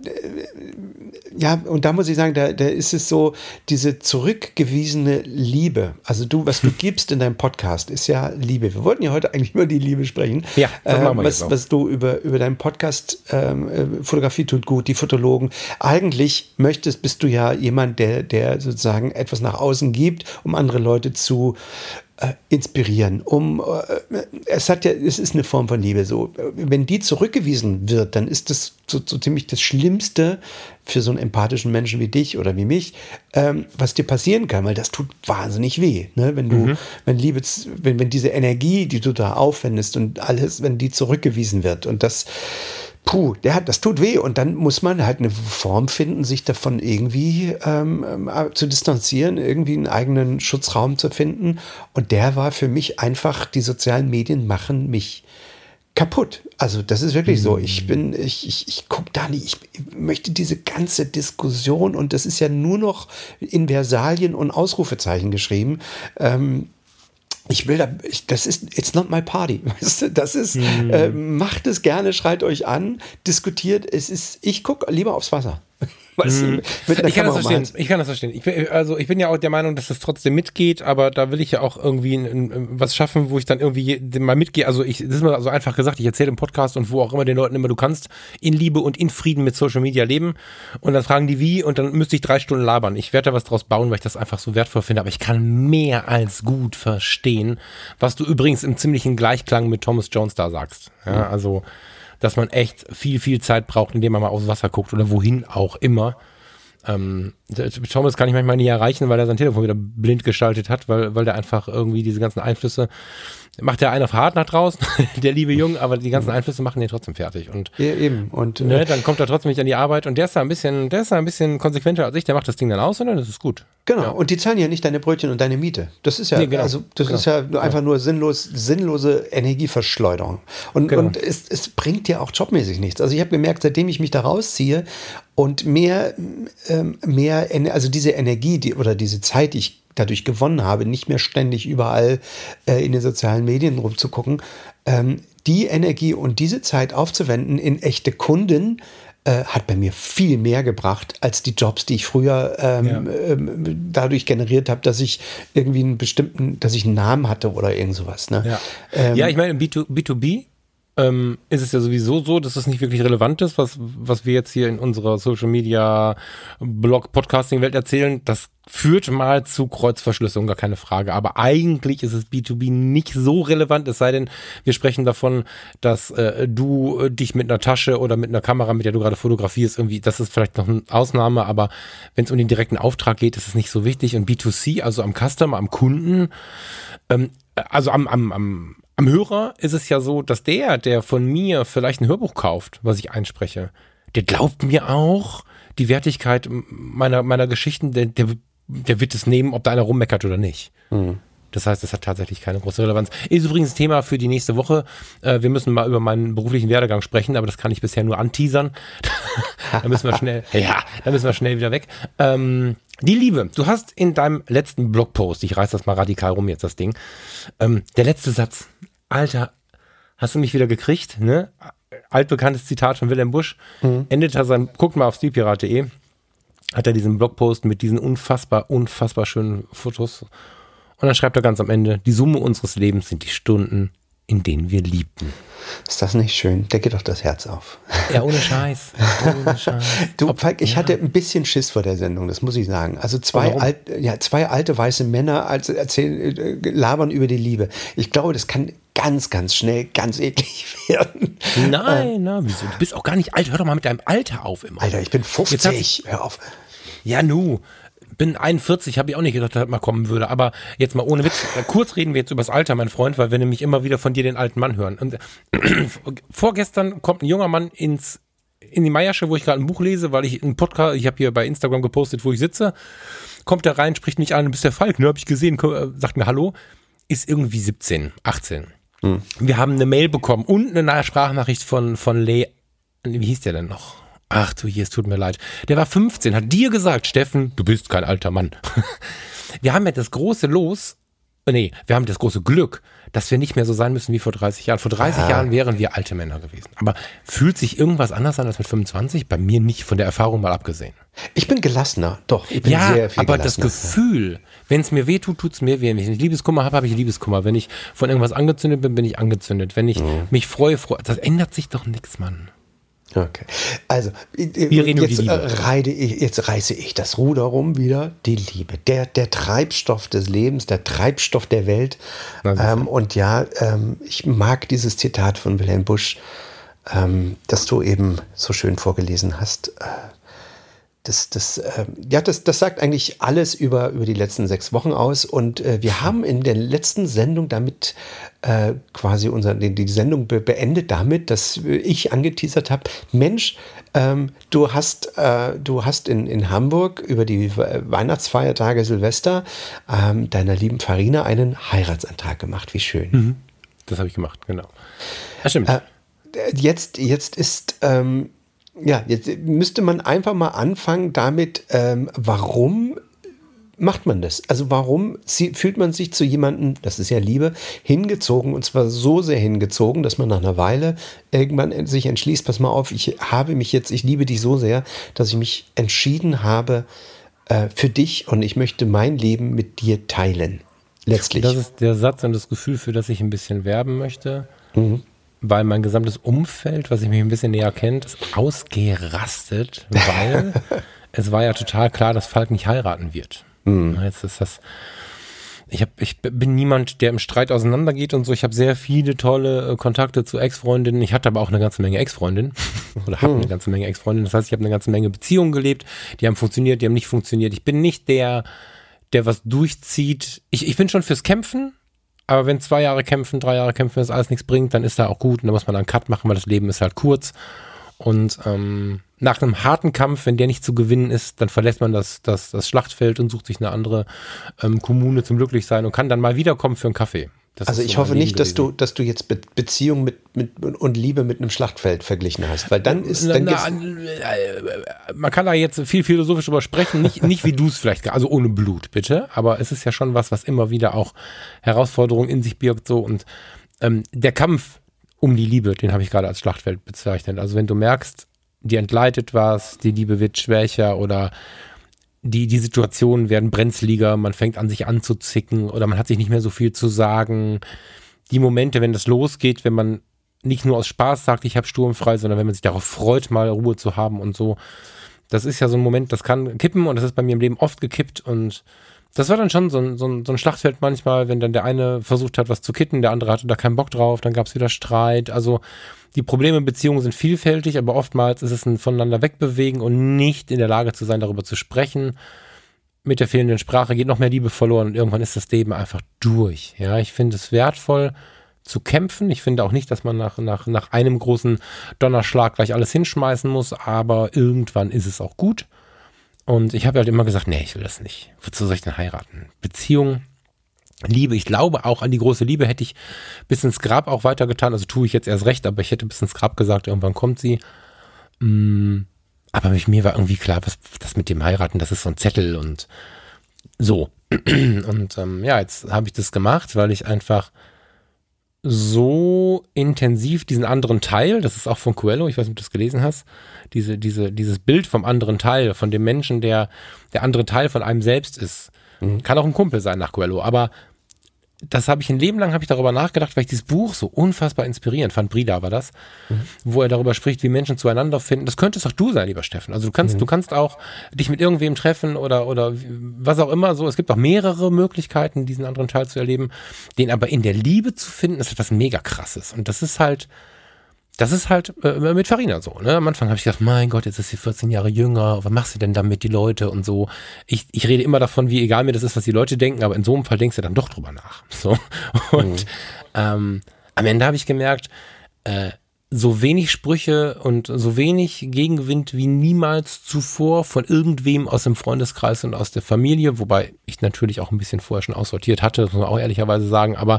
ja, und da muss ich sagen, da, da ist es so, diese zurückgewiesene Liebe, also du, was du gibst in deinem Podcast, ist ja Liebe. Wir wollten ja heute eigentlich über die Liebe sprechen. Ja, das machen wir äh, was, jetzt auch. was du über, über deinen Podcast, ähm, Fotografie tut gut, die Fotologen, eigentlich möchtest, bist du ja jemand, der, der sozusagen etwas nach außen gibt, um andere Leute zu äh, inspirieren. Um, äh, es hat ja, es ist eine Form von Liebe so. Wenn die zurückgewiesen wird, dann ist das so, so ziemlich das Schlimmste für so einen empathischen Menschen wie dich oder wie mich, ähm, was dir passieren kann, weil das tut wahnsinnig weh, ne? Wenn du, mhm. wenn Liebe, wenn, wenn diese Energie, die du da aufwendest und alles, wenn die zurückgewiesen wird und das Puh, der hat, das tut weh und dann muss man halt eine Form finden, sich davon irgendwie ähm, zu distanzieren, irgendwie einen eigenen Schutzraum zu finden. Und der war für mich einfach, die sozialen Medien machen mich kaputt. Also das ist wirklich mhm. so. Ich bin, ich, ich, ich gucke da nicht, ich möchte diese ganze Diskussion und das ist ja nur noch in Versalien und Ausrufezeichen geschrieben. Ähm, Ich will da, ich, das ist, it's not my party, weißt du, das ist, mhm. äh, macht es gerne, schreit euch an, diskutiert, es ist, ich gucke lieber aufs Wasser. Weißt mhm. du, mit ich, kann das verstehen. Hat. ich kann das verstehen. Ich bin, also ich bin ja auch der Meinung, dass das trotzdem mitgeht, aber da will ich ja auch irgendwie ein, ein, was schaffen, wo ich dann irgendwie mal mitgehe. Also ich, das ist mal so einfach gesagt, ich erzähle im Podcast und wo auch immer den Leuten immer, du kannst in Liebe und in Frieden mit Social Media leben und dann fragen die wie und dann müsste ich drei Stunden labern. Ich werde da was draus bauen, weil ich das einfach so wertvoll finde, aber ich kann mehr als gut verstehen, was du übrigens im ziemlichen Gleichklang mit Thomas Jones da sagst. Ja, also dass man echt viel, viel Zeit braucht, indem man mal aufs Wasser guckt oder wohin auch immer. Ähm, Thomas kann ich manchmal nie erreichen, weil er sein Telefon wieder blind geschaltet hat, weil, weil der einfach irgendwie diese ganzen Einflüsse, macht der einen auf hart nach draußen, der liebe Junge, aber die ganzen Einflüsse machen den trotzdem fertig. Und ja, eben. Und ne, dann kommt er trotzdem nicht an die Arbeit und der ist da ein bisschen, der ist da ein bisschen konsequenter als ich, der macht das Ding dann aus und dann ist es gut. Genau, ja. Und die zahlen ja nicht deine Brötchen und deine Miete. Das ist ja, nee, genau. also das genau. ist ja einfach nur sinnlos, sinnlose Energieverschleuderung. Und, genau. und es, es bringt ja auch jobmäßig nichts. Also ich habe gemerkt, seitdem ich mich da rausziehe und mehr, ähm, mehr, also diese Energie, die oder diese Zeit, die ich dadurch gewonnen habe, nicht mehr ständig überall äh, in den sozialen Medien rumzugucken, ähm, die Energie und diese Zeit aufzuwenden in echte Kunden, äh, hat bei mir viel mehr gebracht als die Jobs, die ich früher ähm, ja. ähm, dadurch generiert habe, dass ich irgendwie einen bestimmten, dass ich einen Namen hatte oder irgend sowas. Ne? Ja. Ähm, ja, ich meine, im B zwei B Ähm, ist es ja sowieso so, dass es nicht wirklich relevant ist, was, was wir jetzt hier in unserer Social Media Blog Podcasting Welt erzählen. Das führt mal zu Kreuzverschlüsselung, gar keine Frage. Aber eigentlich ist es B zwei B nicht so relevant, es sei denn, wir sprechen davon, dass äh, du äh, dich mit einer Tasche oder mit einer Kamera, mit der du gerade fotografierst, irgendwie, das ist vielleicht noch eine Ausnahme, aber wenn es um den direkten Auftrag geht, ist es nicht so wichtig. Und B zwei C, also am Customer, am Kunden, ähm, also am, am, am am Hörer ist es ja so, dass der, der von mir vielleicht ein Hörbuch kauft, was ich einspreche, der glaubt mir auch die Wertigkeit meiner, meiner Geschichten, der, der, der wird es nehmen, ob da einer rummeckert oder nicht. Mhm. Das heißt, das hat tatsächlich keine große Relevanz. Ist übrigens Thema für die nächste Woche. Wir müssen mal über meinen beruflichen Werdegang sprechen, aber das kann ich bisher nur anteasern. Da müssen wir schnell, ja, da müssen wir schnell wieder weg. Ähm, die Liebe. Du hast in deinem letzten Blogpost, ich reiß das mal radikal rum jetzt, das Ding, ähm, der letzte Satz. Alter, hast du mich wieder gekriegt, ne? Altbekanntes Zitat von Wilhelm Busch. Mhm. Endet er sein, guckt mal auf stilpirat punkt de, hat er diesen Blogpost mit diesen unfassbar, unfassbar schönen Fotos. Und dann schreibt er ganz am Ende, die Summe unseres Lebens sind die Stunden, in denen wir liebten. Ist das nicht schön? Da geht doch das Herz auf. Ja, ohne Scheiß. Ohne Scheiß. Du, Ob, Falk, ich ja. hatte ein bisschen Schiss vor der Sendung, das muss ich sagen. Also zwei, alt, ja, zwei alte weiße Männer also erzählen, labern über die Liebe. Ich glaube, das kann ganz, ganz schnell ganz eklig werden. Nein, äh, nein, wieso? Du bist auch gar nicht alt. Hör doch mal mit deinem Alter auf immer. Alter, ich bin fünfzig. Hör auf. Ja, nu. Bin einundvierzig, habe ich auch nicht gedacht, dass das mal kommen würde. Aber jetzt mal ohne Witz, kurz reden wir jetzt über das Alter, mein Freund, weil wir nämlich immer wieder von dir den alten Mann hören. Und äh, vorgestern kommt ein junger Mann ins in die Meiersche, wo ich gerade ein Buch lese, weil ich einen Podcast, ich habe hier bei Instagram gepostet, wo ich sitze, kommt der rein, spricht mich an, bist der Falk, ne, habe ich gesehen, sagt mir Hallo, ist irgendwie siebzehn, achtzehn. Hm. Wir haben eine Mail bekommen und eine Sprachnachricht von, von Le, wie hieß der denn noch? Ach du, hier, es tut mir leid. Der war fünfzehn, hat dir gesagt, Steffen, du bist kein alter Mann. Wir haben ja das große Los, nee, wir haben das große Glück, dass wir nicht mehr so sein müssen wie vor dreißig Jahren. Vor dreißig ah. Jahren wären wir alte Männer gewesen. Aber fühlt sich irgendwas anders an als mit fünfundzwanzig? Bei mir nicht, von der Erfahrung mal abgesehen. Ich bin gelassener, doch. Ich bin ja, sehr viel aber das Gefühl, wenn es mir weh tut, tut es mir weh. Wenn ich Liebeskummer habe, habe ich Liebeskummer. Wenn ich von irgendwas angezündet bin, bin ich angezündet. Wenn ich mhm. mich freue, freue, das ändert sich doch nichts, Mann. Okay, also jetzt, äh, reide ich, jetzt reiße ich das Ruder rum wieder. Die Liebe, der, der Treibstoff des Lebens, der Treibstoff der Welt. Ähm, und ja, ähm, ich mag dieses Zitat von Wilhelm Busch, ähm, das du eben so schön vorgelesen hast. Äh, Das, das, äh, ja, das, das sagt eigentlich alles über, über die letzten sechs Wochen aus. Und äh, wir haben in der letzten Sendung damit äh, quasi unser, die, die Sendung be- beendet damit, dass ich angeteasert habe, Mensch, ähm, du hast, äh, du hast in, in Hamburg über die Weihnachtsfeiertage Silvester ähm, deiner lieben Farina einen Heiratsantrag gemacht. Wie schön. Mhm. Das habe ich gemacht, genau. Das stimmt. Äh, jetzt, jetzt ist... Ähm, Ja, jetzt müsste man einfach mal anfangen damit, ähm, warum macht man das? Also warum fühlt man sich zu jemandem, das ist ja Liebe, hingezogen, und zwar so sehr hingezogen, dass man nach einer Weile irgendwann sich entschließt, pass mal auf, ich habe mich jetzt, ich liebe dich so sehr, dass ich mich entschieden habe äh, für dich und ich möchte mein Leben mit dir teilen. Letztlich. Das ist der Satz und das Gefühl, für das ich ein bisschen werben möchte. Mhm. Weil mein gesamtes Umfeld, was ich mich ein bisschen näher kennt, ist ausgerastet, weil es war ja total klar, dass Falk nicht heiraten wird. Mhm. Jetzt ist das, ich, hab, ich bin niemand, der im Streit auseinandergeht und so. Ich habe sehr viele tolle äh, Kontakte zu Ex-Freundinnen. Ich hatte aber auch eine ganze Menge Ex-Freundinnen oder habe mhm. eine ganze Menge Ex-Freundinnen. Das heißt, ich habe eine ganze Menge Beziehungen gelebt, die haben funktioniert, die haben nicht funktioniert. Ich bin nicht der, der was durchzieht. Ich, ich bin schon fürs Kämpfen. Aber wenn zwei Jahre kämpfen, drei Jahre kämpfen, das alles nichts bringt, dann ist da auch gut und dann muss man einen Cut machen, weil das Leben ist halt kurz. Und ähm, nach einem harten Kampf, wenn der nicht zu gewinnen ist, dann verlässt man das, das, das Schlachtfeld und sucht sich eine andere ähm, Kommune zum Glücklichsein und kann dann mal wiederkommen für einen Kaffee. Das also ich so hoffe nicht, dass du, dass du jetzt Be- Beziehung mit, mit und Liebe mit einem Schlachtfeld verglichen hast, weil dann ist dann na, na, man kann da jetzt viel philosophisch drüber sprechen, nicht, nicht wie du es vielleicht, also ohne Blut, bitte, aber es ist ja schon was, was immer wieder auch Herausforderungen in sich birgt, so, und ähm, der Kampf um die Liebe, den habe ich gerade als Schlachtfeld bezeichnet. Also wenn du merkst, dir entgleitet was, die Liebe wird schwächer oder Die, die Situationen werden brenzliger, man fängt an, sich anzuzicken oder man hat sich nicht mehr so viel zu sagen. Die Momente, wenn das losgeht, wenn man nicht nur aus Spaß sagt, ich habe sturmfrei, sondern wenn man sich darauf freut, mal Ruhe zu haben und so. Das ist ja so ein Moment, das kann kippen und das ist bei mir im Leben oft gekippt und das war dann schon so ein, so ein, so ein Schlachtfeld manchmal, wenn dann der eine versucht hat, was zu kitten, der andere hatte da keinen Bock drauf, dann gab es wieder Streit. Also die Probleme in Beziehungen sind vielfältig, aber oftmals ist es ein voneinander wegbewegen und nicht in der Lage zu sein, darüber zu sprechen. Mit der fehlenden Sprache geht noch mehr Liebe verloren und irgendwann ist das Leben einfach durch. Ja, ich finde es wertvoll, zu kämpfen. Ich finde auch nicht, dass man nach, nach, nach einem großen Donnerschlag gleich alles hinschmeißen muss, aber irgendwann ist es auch gut. Und ich habe halt immer gesagt, nee, ich will das nicht. Wozu soll ich denn heiraten? Beziehung, Liebe, ich glaube auch an die große Liebe hätte ich bis ins Grab auch weitergetan. Also tue ich jetzt erst recht, aber ich hätte bis ins Grab gesagt, irgendwann kommt sie. Aber mit mir war irgendwie klar, was das mit dem Heiraten, das ist so ein Zettel und so. Und ähm, ja, jetzt habe ich das gemacht, weil ich einfach so intensiv diesen anderen Teil, das ist auch von Coelho, ich weiß nicht, ob du das gelesen hast, diese, diese, dieses Bild vom anderen Teil, von dem Menschen, der der andere Teil von einem selbst ist. Mhm. Kann auch ein Kumpel sein nach Coelho, aber das habe ich ein Leben lang, habe ich darüber nachgedacht, weil ich dieses Buch so unfassbar inspirierend fand, Brida war das, mhm. wo er darüber spricht, wie Menschen zueinander finden. Das könntest auch du sein, lieber Steffen. Also du kannst, mhm. du kannst auch dich mit irgendwem treffen oder, oder was auch immer so. Es gibt auch mehrere Möglichkeiten, diesen anderen Teil zu erleben. Den aber in der Liebe zu finden, ist etwas mega krasses. Und das ist halt, das ist halt äh, mit Farina so. Ne? Am Anfang habe ich gedacht, mein Gott, jetzt ist sie vierzehn Jahre jünger. Was machst du denn damit, die Leute und so? Ich, ich rede immer davon, wie egal mir das ist, was die Leute denken, aber in so einem Fall denkst du dann doch drüber nach. So. Und mhm. ähm, am Ende habe ich gemerkt, äh, so wenig Sprüche und so wenig Gegenwind wie niemals zuvor von irgendwem aus dem Freundeskreis und aus der Familie, wobei ich natürlich auch ein bisschen vorher schon aussortiert hatte, das muss man auch ehrlicherweise sagen, aber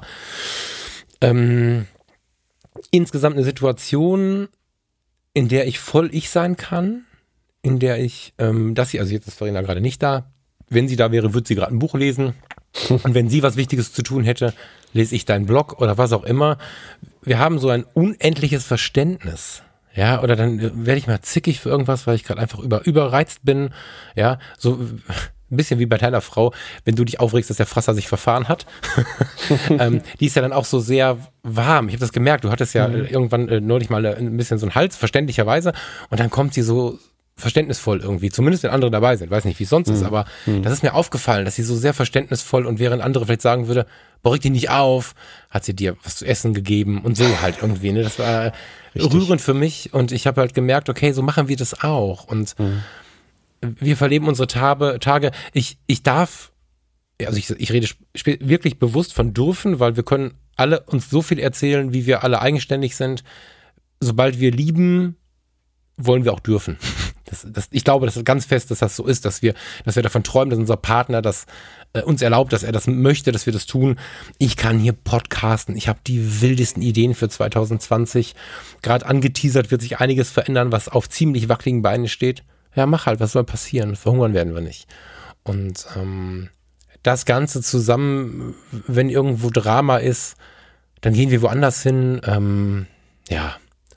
ähm, insgesamt eine Situation, in der ich voll ich sein kann, in der ich, ähm, dass sie, also jetzt ist Farina gerade nicht da, wenn sie da wäre, würde sie gerade ein Buch lesen und wenn sie was Wichtiges zu tun hätte, lese ich deinen Blog oder was auch immer. Wir haben so ein unendliches Verständnis, ja, oder dann werde ich mal zickig für irgendwas, weil ich gerade einfach über, überreizt bin, ja, so ein bisschen wie bei deiner Frau, wenn du dich aufregst, dass der Frasser sich verfahren hat. ähm, die ist ja dann auch so sehr warm. Ich habe das gemerkt. Du hattest ja mhm. irgendwann äh, neulich mal ein bisschen so einen Hals, verständlicherweise. Und dann kommt sie so verständnisvoll irgendwie. Zumindest wenn andere dabei sind. Weiß nicht, wie es sonst mhm. ist. Aber mhm. das ist mir aufgefallen, dass sie so sehr verständnisvoll und während andere vielleicht sagen würde, beruhig dich nicht auf, hat sie dir was zu essen gegeben und so halt irgendwie. Ne? Das war Richtig. rührend für mich. Und ich habe halt gemerkt, okay, so machen wir das auch. Und mhm. wir verleben unsere Tage, Tage. Ich, ich darf, also ich, ich rede wirklich bewusst von dürfen, weil wir können alle uns so viel erzählen, wie wir alle eigenständig sind. Sobald wir lieben, wollen wir auch dürfen. Das, das, ich glaube, das ist ganz fest, dass das so ist, dass wir, dass wir davon träumen, dass unser Partner das äh, uns erlaubt, dass er das möchte, dass wir das tun. Ich kann hier podcasten. Ich habe die wildesten Ideen für zwanzig zwanzig. Gerade angeteasert wird sich einiges verändern, was auf ziemlich wackeligen Beinen steht. Ja, mach halt, was soll passieren? Verhungern werden wir nicht. Und ähm, das Ganze zusammen, wenn irgendwo Drama ist, dann gehen wir woanders hin. Ähm, ja.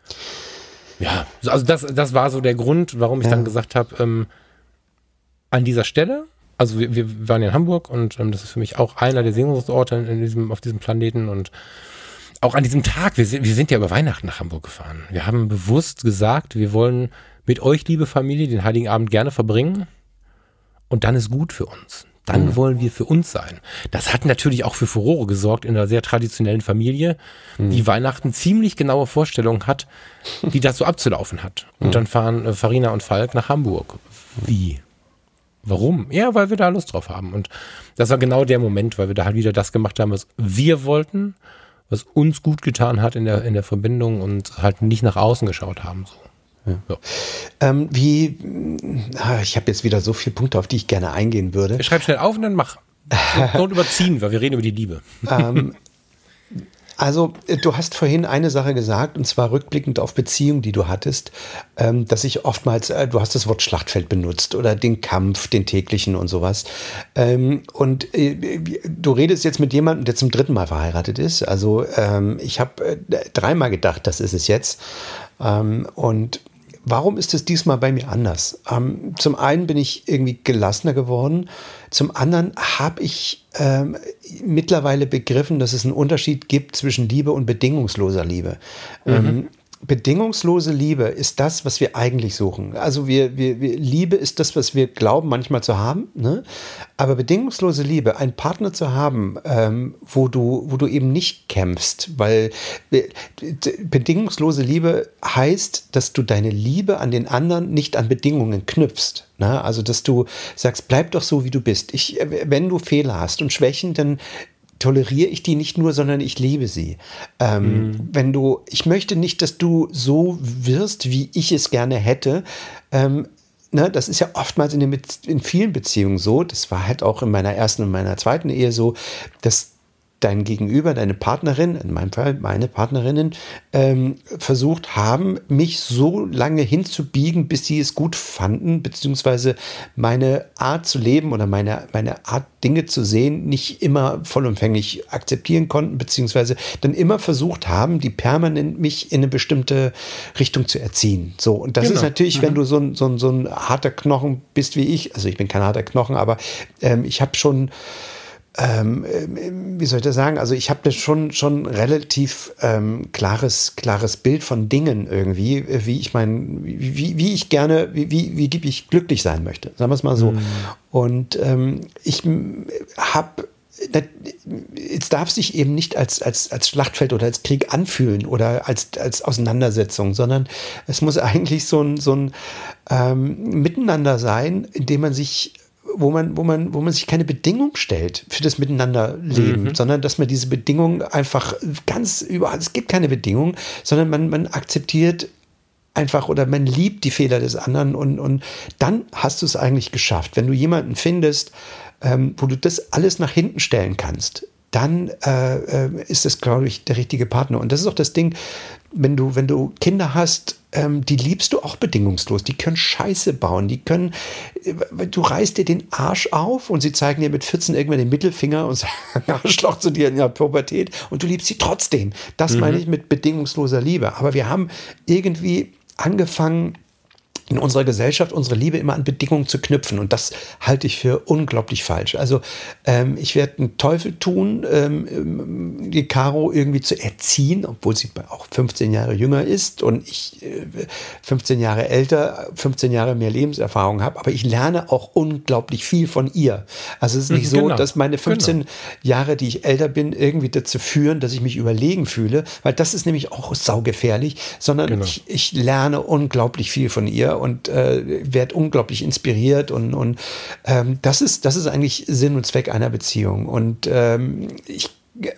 Ja, also das, das war so der Grund, warum ich ja. dann gesagt habe, ähm, an dieser Stelle, also wir, wir waren ja in Hamburg und ähm, das ist für mich auch einer der Sehnsuchtsorte in diesem, auf diesem Planeten und auch an diesem Tag, wir sind, wir sind ja über Weihnachten nach Hamburg gefahren. Wir haben bewusst gesagt, wir wollen mit euch, liebe Familie, den Heiligen Abend gerne verbringen und dann ist gut für uns. Dann mhm. wollen wir für uns sein. Das hat natürlich auch für Furore gesorgt in einer sehr traditionellen Familie, mhm. die Weihnachten ziemlich genaue Vorstellungen hat, wie das so abzulaufen hat. Und mhm. dann fahren äh, Farina und Falk nach Hamburg. Wie? Warum? Ja, weil wir da Lust drauf haben. Und das war genau der Moment, weil wir da halt wieder das gemacht haben, was wir wollten, was uns gut getan hat in der, in der Verbindung und halt nicht nach außen geschaut haben. So. Ja. Ja. Ähm, wie, ich habe jetzt wieder so viele Punkte, auf die ich gerne eingehen würde. Schreib schnell auf und dann mach. Und überziehen, weil wir reden über die Liebe. Ähm, also, du hast vorhin eine Sache gesagt, und zwar rückblickend auf Beziehungen, die du hattest, ähm, dass ich oftmals, äh, du hast das Wort Schlachtfeld benutzt oder den Kampf, den täglichen und sowas. Ähm, und äh, du redest jetzt mit jemandem, der zum dritten Mal verheiratet ist. Also, ähm, ich habe äh, dreimal gedacht, das ist es jetzt. Ähm, und warum ist es diesmal bei mir anders? Ähm, zum einen bin ich irgendwie gelassener geworden. Zum anderen habe ich ähm, mittlerweile begriffen, dass es einen Unterschied gibt zwischen Liebe und bedingungsloser Liebe. Mhm. Ähm, bedingungslose Liebe ist das, was wir eigentlich suchen. Also wir, wir, wir, Liebe ist das, was wir glauben manchmal zu haben, ne? Aber bedingungslose Liebe, einen Partner zu haben, ähm, wo du, wo du eben nicht kämpfst, weil be- bedingungslose Liebe heißt, dass du deine Liebe an den anderen nicht an Bedingungen knüpfst. Ne? Also dass du sagst, bleib doch so, wie du bist. Ich, wenn du Fehler hast und Schwächen, dann toleriere ich die nicht nur, sondern ich liebe sie. Ähm, mhm. Wenn du, ich möchte nicht, dass du so wirst, wie ich es gerne hätte. Ähm, ne, das ist ja oftmals in, den, in vielen Beziehungen so. Das war halt auch in meiner ersten und meiner zweiten Ehe so, dass dein Gegenüber, deine Partnerin, in meinem Fall meine Partnerinnen, ähm, versucht haben, mich so lange hinzubiegen, bis sie es gut fanden, beziehungsweise meine Art zu leben oder meine, meine Art, Dinge zu sehen, nicht immer vollumfänglich akzeptieren konnten, beziehungsweise dann immer versucht haben, die permanent mich in eine bestimmte Richtung zu erziehen. So, und das genau. ist natürlich, mhm. wenn du so ein, so, ein, so ein harter Knochen bist wie ich, also ich bin kein harter Knochen, aber ähm, ich habe schon Ähm, wie soll ich das sagen? Also ich habe das schon schon relativ ähm, klares klares Bild von Dingen irgendwie, wie ich mein, wie, wie ich gerne, wie, wie, wie ich glücklich sein möchte. Sagen wir es mal so. Mhm. Und ähm, ich habe jetzt darf sich eben nicht als, als, als Schlachtfeld oder als Krieg anfühlen oder als, als Auseinandersetzung, sondern es muss eigentlich so ein, so ein ähm, Miteinander sein, in dem man sich wo man, wo man, wo man sich keine Bedingung stellt für das Miteinanderleben, mhm. sondern dass man diese Bedingungen einfach ganz überall, es gibt keine Bedingungen, sondern man, man akzeptiert einfach oder man liebt die Fehler des anderen und, und dann hast du es eigentlich geschafft. Wenn du jemanden findest, ähm, wo du das alles nach hinten stellen kannst, dann äh, äh, ist das, glaube ich, der richtige Partner. Und das ist auch das Ding, wenn du, wenn du Kinder hast, ähm, die liebst du auch bedingungslos. Die können Scheiße bauen. Die können, äh, du reißt dir den Arsch auf und sie zeigen dir mit vierzehn irgendwann den Mittelfinger und sagen Arschloch zu dir in der Pubertät und du liebst sie trotzdem. Das mhm. meine ich mit bedingungsloser Liebe. Aber wir haben irgendwie angefangen, in unserer Gesellschaft unsere Liebe immer an Bedingungen zu knüpfen. Und das halte ich für unglaublich falsch. Also ähm, ich werde einen Teufel tun, ähm, die Caro irgendwie zu erziehen, obwohl sie auch fünfzehn Jahre jünger ist und ich äh, fünfzehn Jahre älter, fünfzehn Jahre mehr Lebenserfahrung habe. Aber ich lerne auch unglaublich viel von ihr. Also es ist nicht genau. so, dass meine fünfzehn genau. Jahre, die ich älter bin, irgendwie dazu führen, dass ich mich überlegen fühle, weil das ist nämlich auch saugefährlich, sondern genau. ich, ich lerne unglaublich viel von ihr und äh, werde unglaublich inspiriert und, und ähm, das ist, das ist eigentlich Sinn und Zweck einer Beziehung. Und ähm, ich,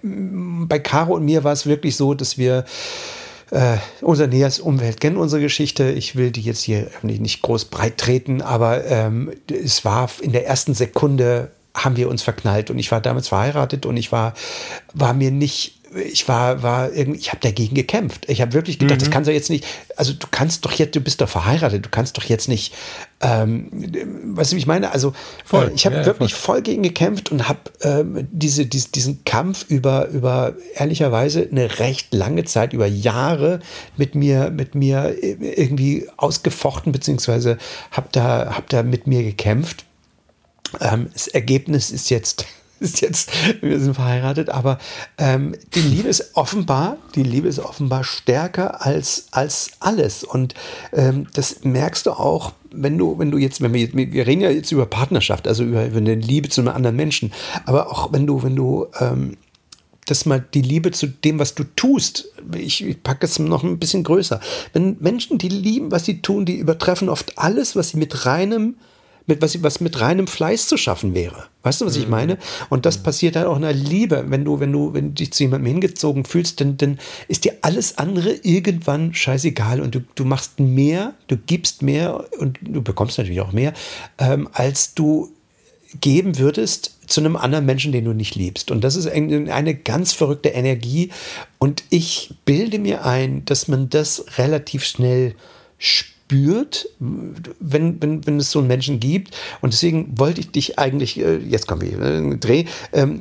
bei Caro und mir war es wirklich so, dass wir äh, unser näheres Umfeld kennen, unsere Geschichte. Ich will die jetzt hier nicht groß breit treten, aber ähm, es war in der ersten Sekunde haben wir uns verknallt und ich war damals verheiratet und ich war, war mir nicht Ich war, war irgendwie, ich habe dagegen gekämpft. Ich habe wirklich gedacht, mhm. das kannst du jetzt nicht, also du kannst doch jetzt, du bist doch verheiratet, du kannst doch jetzt nicht, ähm, weißt du, wie ich meine? Also voll. Äh, ich habe ja, wirklich voll. voll gegen gekämpft und habe ähm, diese, dies, diesen Kampf über, über ehrlicherweise eine recht lange Zeit, über Jahre mit mir, mit mir irgendwie ausgefochten, beziehungsweise habe da, hab da mit mir gekämpft. Ähm, das Ergebnis ist jetzt ist jetzt, wir sind verheiratet, aber ähm, die Liebe ist offenbar, die Liebe ist offenbar stärker als, als alles. Und ähm, das merkst du auch, wenn du, wenn du jetzt, wenn wir, wir reden ja jetzt über Partnerschaft, also über, über eine Liebe zu einem anderen Menschen, aber auch wenn du, wenn du ähm, das mal die Liebe zu dem, was du tust, ich, ich packe es noch ein bisschen größer. Wenn Menschen, die lieben, was sie tun, die übertreffen oft alles, was sie mit reinem mit was, was mit reinem Fleiß zu schaffen wäre. Weißt du, was ich meine? Und das passiert halt auch in der Liebe. Wenn du, wenn du, wenn du dich zu jemandem hingezogen fühlst, dann, dann ist dir alles andere irgendwann scheißegal und du, du machst mehr, du gibst mehr und du bekommst natürlich auch mehr, ähm, als du geben würdest zu einem anderen Menschen, den du nicht liebst. Und das ist eine, eine ganz verrückte Energie. Und ich bilde mir ein, dass man das relativ schnell spürt. spürt, wenn, wenn, wenn es so einen Menschen gibt. Und deswegen wollte ich dich eigentlich, jetzt kommen wir, äh, Dreh, ähm,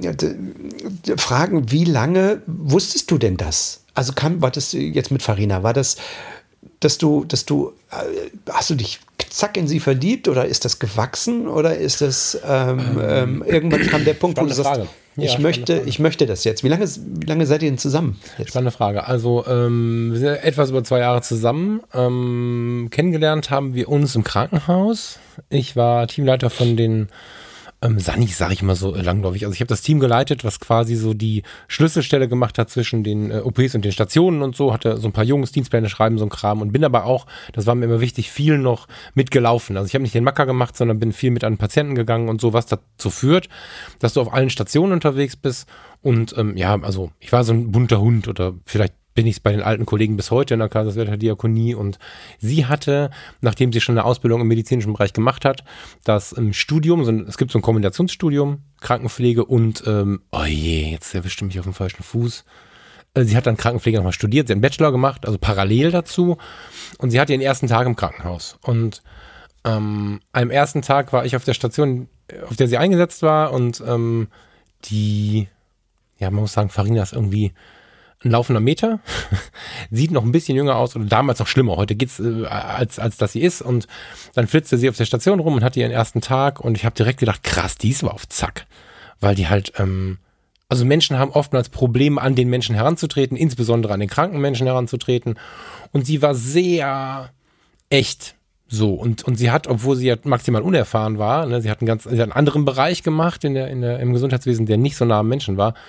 fragen, wie lange wusstest du denn das? Also kam, war das jetzt mit Farina, war das, dass du, dass du, äh, hast du dich zack in sie verliebt oder ist das gewachsen oder ist das, ähm, ähm, irgendwann kam der Punkt, wo du sagst, Ich, ja, möchte, ich möchte das jetzt. Wie lange, wie lange seid ihr denn zusammen? Jetzt? Spannende Frage. Also ähm, wir sind etwas über zwei Jahre zusammen. Ähm, kennengelernt haben wir uns im Krankenhaus. Ich war Teamleiter von den ähm, Sanni, sage ich mal so langläufig. Also ich habe das Team geleitet, was quasi so die Schlüsselstelle gemacht hat zwischen den äh, O Ps und den Stationen und so, hatte so ein paar Jungs, Dienstpläne schreiben, so ein Kram und bin aber auch, das war mir immer wichtig, viel noch mitgelaufen. Also ich habe nicht den Macker gemacht, sondern bin viel mit an den Patienten gegangen und so, was dazu führt, dass du auf allen Stationen unterwegs bist und ähm, ja, also ich war so ein bunter Hund oder vielleicht bin ich bei den alten Kollegen bis heute in der Kaiserswerther Diakonie und sie hatte, nachdem sie schon eine Ausbildung im medizinischen Bereich gemacht hat, das im Studium, so ein, es gibt so ein Kombinationsstudium, Krankenpflege und, ähm, oh je, jetzt erwischte mich auf dem falschen Fuß. Äh, sie hat dann Krankenpflege nochmal studiert, sie hat einen Bachelor gemacht, also parallel dazu und sie hatte ihren ersten Tag im Krankenhaus und ähm, am ersten Tag war ich auf der Station, auf der sie eingesetzt war und ähm, die, ja, man muss sagen, Farina ist irgendwie ein laufender Meter, sieht noch ein bisschen jünger aus oder damals noch schlimmer, heute geht's äh, als, als dass sie ist und dann flitzte sie auf der Station rum und hatte ihren ersten Tag und ich habe direkt gedacht, krass, die ist aber auf Zack, weil die halt, ähm, also Menschen haben oftmals Probleme an den Menschen heranzutreten, insbesondere an den kranken Menschen heranzutreten und sie war sehr echt. So, und, und sie hat, obwohl sie ja maximal unerfahren war, ne, sie hat einen ganz, sie hat einen anderen Bereich gemacht in der, in der, im Gesundheitswesen, der nicht so nah am Menschen war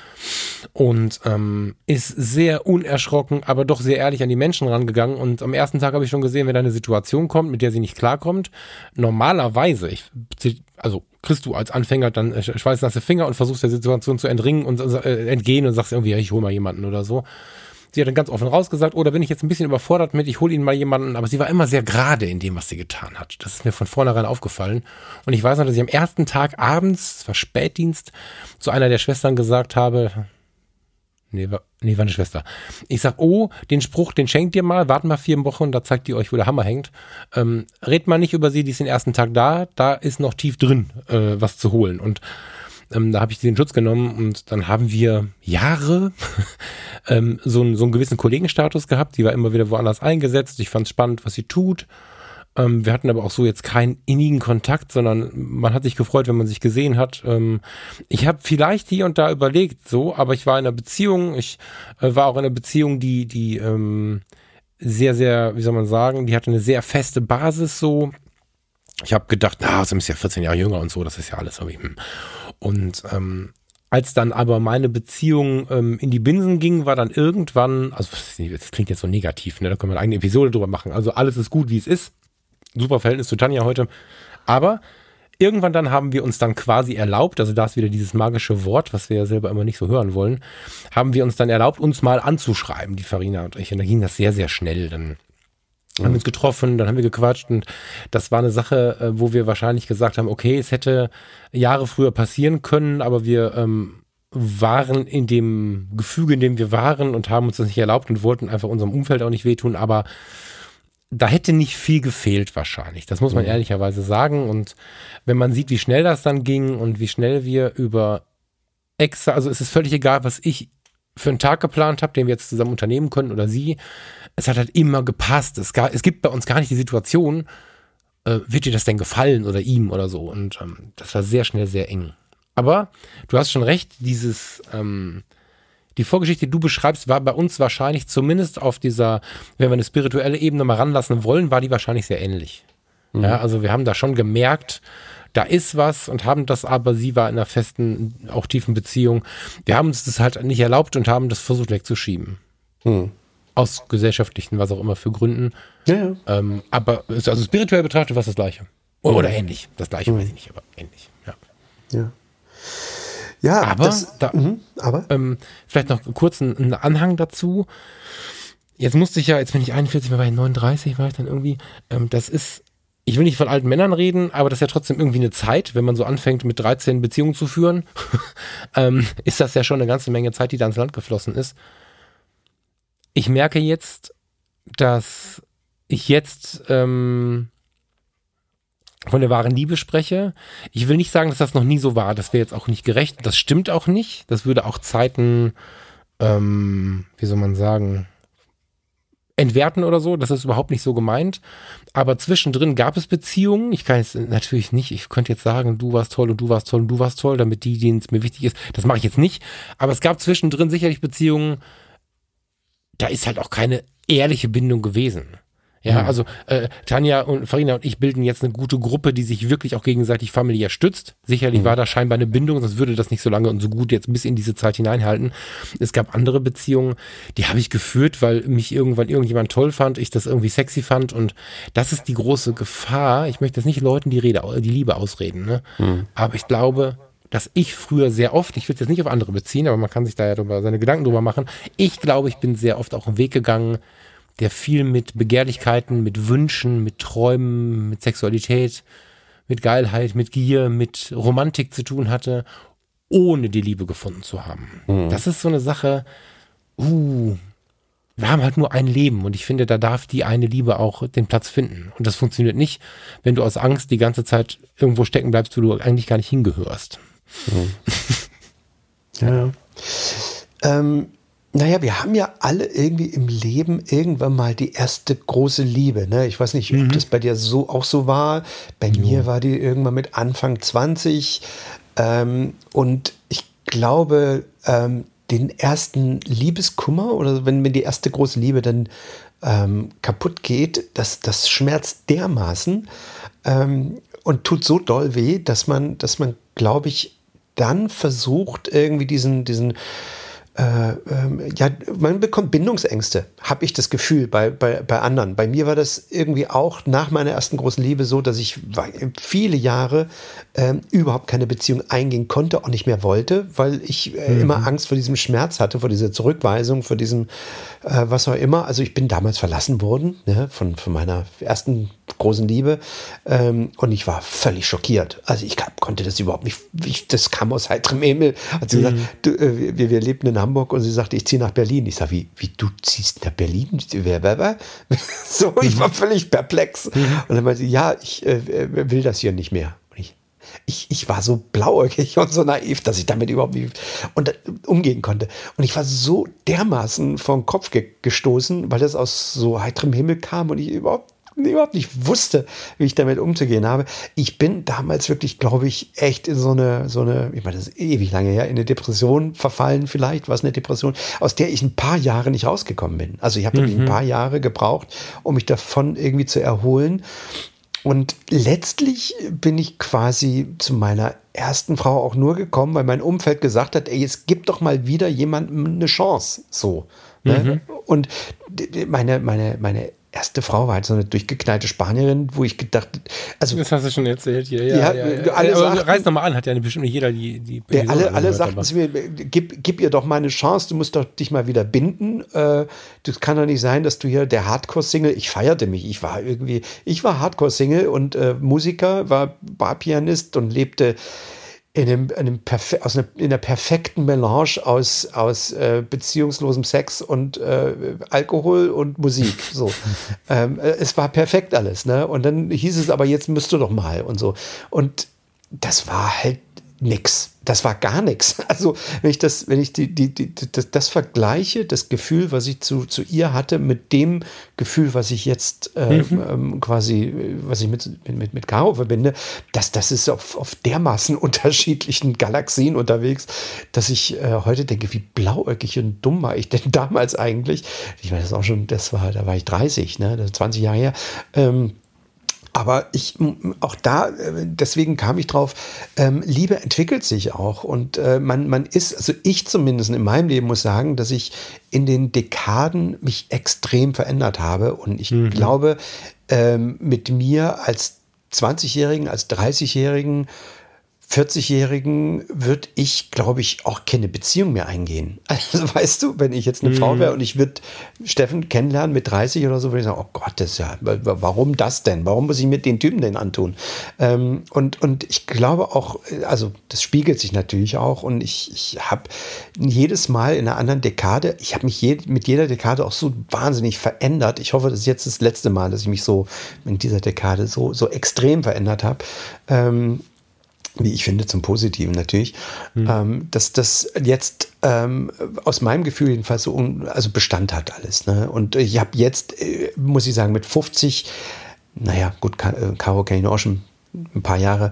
und ähm, ist sehr unerschrocken, aber doch sehr ehrlich an die Menschen rangegangen und am ersten Tag habe ich schon gesehen, wenn da eine Situation kommt, mit der sie nicht klarkommt, normalerweise, ich, also kriegst du als Anfänger dann schweißnasse Finger und versuchst der Situation zu entringen und äh, entgehen und sagst irgendwie, ja, ich hole mal jemanden oder so. Sie hat dann ganz offen rausgesagt, oh, da bin ich jetzt ein bisschen überfordert mit, ich hole Ihnen mal jemanden, aber sie war immer sehr gerade in dem, was sie getan hat. Das ist mir von vornherein aufgefallen. Und ich weiß noch, dass ich am ersten Tag abends, es war Spätdienst, zu einer der Schwestern gesagt habe, nee, war, nee, war eine Schwester. Ich sag, oh, den Spruch, den schenkt ihr mal, warten mal vier Wochen, da zeigt ihr euch, wo der Hammer hängt. Ähm, red mal nicht über sie, die ist den ersten Tag da, da ist noch tief drin, äh, was zu holen. Und Ähm, da habe ich sie in Schutz genommen und dann haben wir Jahre ähm, so, einen, so einen gewissen Kollegenstatus gehabt. Sie war immer wieder woanders eingesetzt. Ich fand es spannend, was sie tut. Ähm, wir hatten aber auch so jetzt keinen innigen Kontakt, sondern man hat sich gefreut, wenn man sich gesehen hat. Ähm, ich habe vielleicht hier und da überlegt, so, aber ich war in einer Beziehung. Ich äh, war auch in einer Beziehung, die, die ähm, sehr, sehr, wie soll man sagen, die hatte eine sehr feste Basis so. Ich habe gedacht, na, sie ist ja vierzehn Jahre jünger und so, das ist ja alles irgendwie. Und ähm, als dann aber meine Beziehung ähm, in die Binsen ging, war dann irgendwann, also das klingt jetzt so negativ, ne? Da können wir eine eigene Episode drüber machen. Also alles ist gut, wie es ist. Super Verhältnis zu Tanja heute. Aber irgendwann dann haben wir uns dann quasi erlaubt, also da ist wieder dieses magische Wort, was wir ja selber immer nicht so hören wollen, haben wir uns dann erlaubt, uns mal anzuschreiben, die Farina und ich. Und da ging das sehr, sehr schnell. Dann haben wir uns getroffen, dann haben wir gequatscht und das war eine Sache, wo wir wahrscheinlich gesagt haben, okay, es hätte Jahre früher passieren können, aber wir ähm, waren in dem Gefüge, in dem wir waren und haben uns das nicht erlaubt und wollten einfach unserem Umfeld auch nicht wehtun, aber da hätte nicht viel gefehlt wahrscheinlich, das muss man mhm. ehrlicherweise sagen und wenn man sieht, wie schnell das dann ging und wie schnell wir über extra, also es ist völlig egal, was ich für einen Tag geplant habe, den wir jetzt zusammen unternehmen können oder sie, es hat halt immer gepasst. Es, gar, es gibt bei uns gar nicht die Situation, äh, wird dir das denn gefallen oder ihm oder so. Und ähm, das war sehr schnell sehr eng. Aber du hast schon recht, dieses, ähm, die Vorgeschichte, die du beschreibst, war bei uns wahrscheinlich zumindest auf dieser, wenn wir eine spirituelle Ebene mal ranlassen wollen, war die wahrscheinlich sehr ähnlich. Mhm. Ja, also wir haben da schon gemerkt, da ist was und haben das aber, sie war in einer festen, auch tiefen Beziehung. Wir haben uns das halt nicht erlaubt und haben das versucht wegzuschieben. Mhm. Aus gesellschaftlichen, was auch immer für Gründen. Ja, ja. Ähm, aber also spirituell betrachtet war es das Gleiche. Oder, oder ähnlich. Das Gleiche mhm. weiß ich nicht, aber ähnlich. Ja. Ja. Ja, aber, das, da, mh, aber? Ähm, vielleicht noch kurz einen, einen Anhang dazu. Jetzt musste ich ja, jetzt bin ich einundvierzig, war ich neununddreißig, war ich dann irgendwie. Ähm, das ist, ich will nicht von alten Männern reden, aber das ist ja trotzdem irgendwie eine Zeit, wenn man so anfängt, mit dreizehn Beziehungen zu führen, ähm, ist das ja schon eine ganze Menge Zeit, die da ins Land geflossen ist. Ich merke jetzt, dass ich jetzt ähm, von der wahren Liebe spreche. Ich will nicht sagen, dass das noch nie so war. Das wäre jetzt auch nicht gerecht. Das stimmt auch nicht. Das würde auch Zeiten, ähm, wie soll man sagen, entwerten oder so. Das ist überhaupt nicht so gemeint. Aber zwischendrin gab es Beziehungen. Ich kann jetzt natürlich nicht, ich könnte jetzt sagen, du warst toll und du warst toll und du warst toll, damit die, denen es mir wichtig ist. Das mache ich jetzt nicht. Aber es gab zwischendrin sicherlich Beziehungen, da ist halt auch keine ehrliche Bindung gewesen. Ja, also äh, Tanja und Farina und ich bilden jetzt eine gute Gruppe, die sich wirklich auch gegenseitig familiär stützt. Sicherlich mhm. war da scheinbar eine Bindung, sonst würde das nicht so lange und so gut jetzt bis in diese Zeit hineinhalten. Es gab andere Beziehungen, die habe ich geführt, weil mich irgendwann irgendjemand toll fand, ich das irgendwie sexy fand und das ist die große Gefahr. Ich möchte jetzt nicht Leuten die Rede, die Liebe ausreden, ne? Mhm. Aber ich glaube, dass ich früher sehr oft, ich will es jetzt nicht auf andere beziehen, aber man kann sich da ja drüber, seine Gedanken drüber machen. Ich glaube, ich bin sehr oft auch einen Weg gegangen, der viel mit Begehrlichkeiten, mit Wünschen, mit Träumen, mit Sexualität, mit Geilheit, mit Gier, mit Romantik zu tun hatte, ohne die Liebe gefunden zu haben. Mhm. Das ist so eine Sache, uh, wir haben halt nur ein Leben und ich finde, da darf die eine Liebe auch den Platz finden. Und das funktioniert nicht, wenn du aus Angst die ganze Zeit irgendwo stecken bleibst, wo du eigentlich gar nicht hingehörst. Mhm. ja. ähm, Naja, wir haben ja alle irgendwie im Leben irgendwann mal die erste große Liebe. Ne? Ich weiß nicht, ob mhm. das bei dir so auch so war. Bei ja. mir war die irgendwann mit Anfang zwanzig. Ähm, und ich glaube, ähm, den ersten Liebeskummer oder wenn mir die erste große Liebe dann ähm, kaputt geht, das, das schmerzt dermaßen ähm, und tut so doll weh, dass man, dass man, glaube ich, dann versucht, irgendwie diesen, diesen Äh, ähm, ja, man bekommt Bindungsängste, habe ich das Gefühl, bei, bei, bei anderen. Bei mir war das irgendwie auch nach meiner ersten großen Liebe so, dass ich viele Jahre ähm, überhaupt keine Beziehung eingehen konnte, auch nicht mehr wollte, weil ich äh, mhm. immer Angst vor diesem Schmerz hatte, vor dieser Zurückweisung, vor diesem äh, was auch immer. Also ich bin damals verlassen worden, ne, von, von meiner ersten großen Liebe ähm, und ich war völlig schockiert. Also ich konnte das überhaupt nicht, ich, das kam aus heiterem Himmel. Hat sie mhm. gesagt, du, äh, wir, wir lebten in Hamburg und sie sagte, ich ziehe nach Berlin. Ich sage, wie, wie, du ziehst nach Berlin? Wer, wer, wer? So, ich war völlig perplex. Mhm. Und dann meinte sie, ja, ich äh, will das hier nicht mehr. Und ich, ich, ich war so blauäugig und so naiv, dass ich damit überhaupt nicht und, umgehen konnte. Und ich war so dermaßen vom Kopf ge- gestoßen, weil das aus so heiterem Himmel kam und ich überhaupt überhaupt nicht wusste, wie ich damit umzugehen habe. Ich bin damals wirklich, glaube ich, echt in so eine, so eine, ich meine, das ist ewig lange her, in eine Depression verfallen vielleicht, was eine Depression, aus der ich ein paar Jahre nicht rausgekommen bin. Also ich habe wirklich mhm. ein paar Jahre gebraucht, um mich davon irgendwie zu erholen. Und letztlich bin ich quasi zu meiner ersten Frau auch nur gekommen, weil mein Umfeld gesagt hat, ey, es gibt doch mal wieder jemandem eine Chance. So. Mhm. Ne? Und meine, meine, meine erste Frau war halt so eine durchgeknallte Spanierin, wo ich gedacht, also das hast du schon erzählt hier. Ja, ja, ja, ja. Alle aber sagten, reiß nochmal an, hat ja bestimmt nicht jeder die die. Der, die alle alle sagten zu mir, gib, gib ihr doch mal eine Chance, du musst doch dich mal wieder binden. Äh, das kann doch nicht sein, dass du hier der Hardcore-Single, ich feierte mich, ich war irgendwie, ich war Hardcore-Single und äh, Musiker, war Barpianist und lebte in einem, einem Perfe- aus einer, in einer perfekten Melange aus, aus äh, beziehungslosem Sex und äh, Alkohol und Musik. So. ähm, es war perfekt alles, ne? Und dann hieß es aber, jetzt müsst du doch mal und so. Und das war halt nix. Das war gar nichts. Also wenn ich das, wenn ich die, die, die, das, das vergleiche, das Gefühl, was ich zu, zu ihr hatte, mit dem Gefühl, was ich jetzt äh, mhm. ähm, quasi, was ich mit, mit, mit Caro verbinde, das, das ist auf, auf dermaßen unterschiedlichen Galaxien unterwegs, dass ich äh, heute denke, wie blauäugig und dumm war ich denn damals eigentlich? Ich meine, das ist auch schon, das war, da war ich dreißig, ne? Das ist zwanzig Jahre her. Ähm, Aber ich, auch da, deswegen kam ich drauf, ähm, Liebe entwickelt sich auch und äh, man, man ist, also ich zumindest in meinem Leben muss sagen, dass ich in den Dekaden mich extrem verändert habe und ich mhm. glaube, ähm, mit mir als zwanzigjährigen, als dreißigjährigen, vierzigjährigen würde ich, glaube ich, auch keine Beziehung mehr eingehen. Also weißt du, wenn ich jetzt eine mhm. Frau wäre und ich würde Steffen kennenlernen mit dreißig oder so, würde ich sagen, oh Gott, das ist ja, warum das denn? Warum muss ich mit den Typen denn antun? Ähm, und, und ich glaube auch, also das spiegelt sich natürlich auch und ich, ich habe jedes Mal in einer anderen Dekade, ich habe mich je, mit jeder Dekade auch so wahnsinnig verändert. Ich hoffe, das ist jetzt das letzte Mal, dass ich mich so in dieser Dekade so, so extrem verändert habe. Ähm, wie ich finde, zum Positiven natürlich, mhm. ähm, dass das jetzt ähm, aus meinem Gefühl jedenfalls so un, also Bestand hat alles. Ne? Und ich habe jetzt, äh, muss ich sagen, mit fünfzig, naja, gut, Caro kenne ich noch auch schon ein paar Jahre,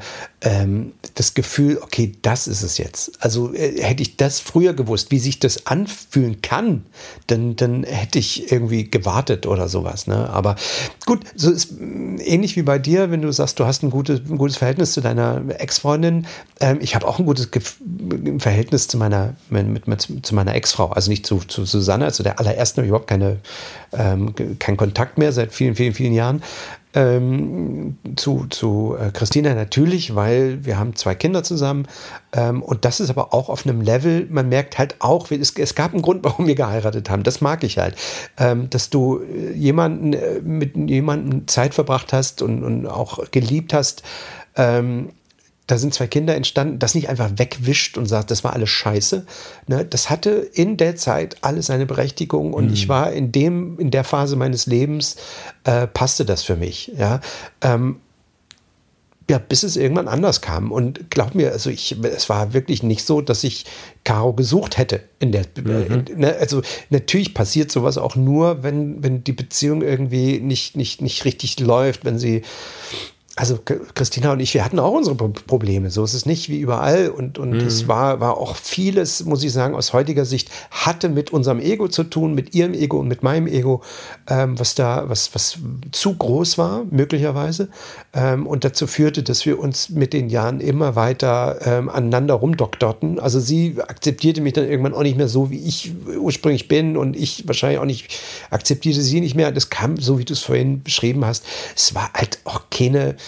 ähm, das Gefühl, okay, das ist es jetzt. Also äh, hätte ich das früher gewusst, wie sich das anfühlen kann, dann, dann hätte ich irgendwie gewartet oder sowas. Ne? Aber gut, so ist ähnlich wie bei dir, wenn du sagst, du hast ein gutes, ein gutes Verhältnis zu deiner Ex-Freundin. Ähm, ich habe auch ein gutes Ge- Verhältnis zu meiner, mit, mit, zu meiner Ex-Frau. Also nicht zu, zu Susanne, zu der allerersten habe ich überhaupt keine, ähm, keinen Kontakt mehr seit vielen, vielen, vielen Jahren. Ähm, zu, zu äh, Christina natürlich, weil wir haben zwei Kinder zusammen ähm, und das ist aber auch auf einem Level, man merkt halt auch, es, es gab einen Grund, warum wir geheiratet haben, das mag ich halt, ähm, dass du jemanden äh, mit jemandem Zeit verbracht hast und, und auch geliebt hast, ähm, da sind zwei Kinder entstanden, das nicht einfach wegwischt und sagt, das war alles scheiße. Ne, das hatte in der Zeit alles seine Berechtigung und mhm. ich war in dem, in der Phase meines Lebens, äh, passte das für mich. Ja, ähm, ja, bis es irgendwann anders kam. Und glaub mir, also ich, es war wirklich nicht so, dass ich Caro gesucht hätte. In der, mhm. in, ne, also natürlich passiert sowas auch nur, wenn, wenn die Beziehung irgendwie nicht, nicht, nicht richtig läuft, wenn sie Also Christina und ich, wir hatten auch unsere Probleme, so ist es nicht wie überall und, und mhm. es war, war auch vieles, muss ich sagen, aus heutiger Sicht hatte mit unserem Ego zu tun, mit ihrem Ego und mit meinem Ego, ähm, was da, was, was zu groß war, möglicherweise, ähm, und dazu führte, dass wir uns mit den Jahren immer weiter ähm, aneinander rumdoktorten. Also sie akzeptierte mich dann irgendwann auch nicht mehr so, wie ich ursprünglich bin und ich wahrscheinlich auch nicht, akzeptierte sie nicht mehr. Das kam, so wie du es vorhin beschrieben hast, es war halt auch keine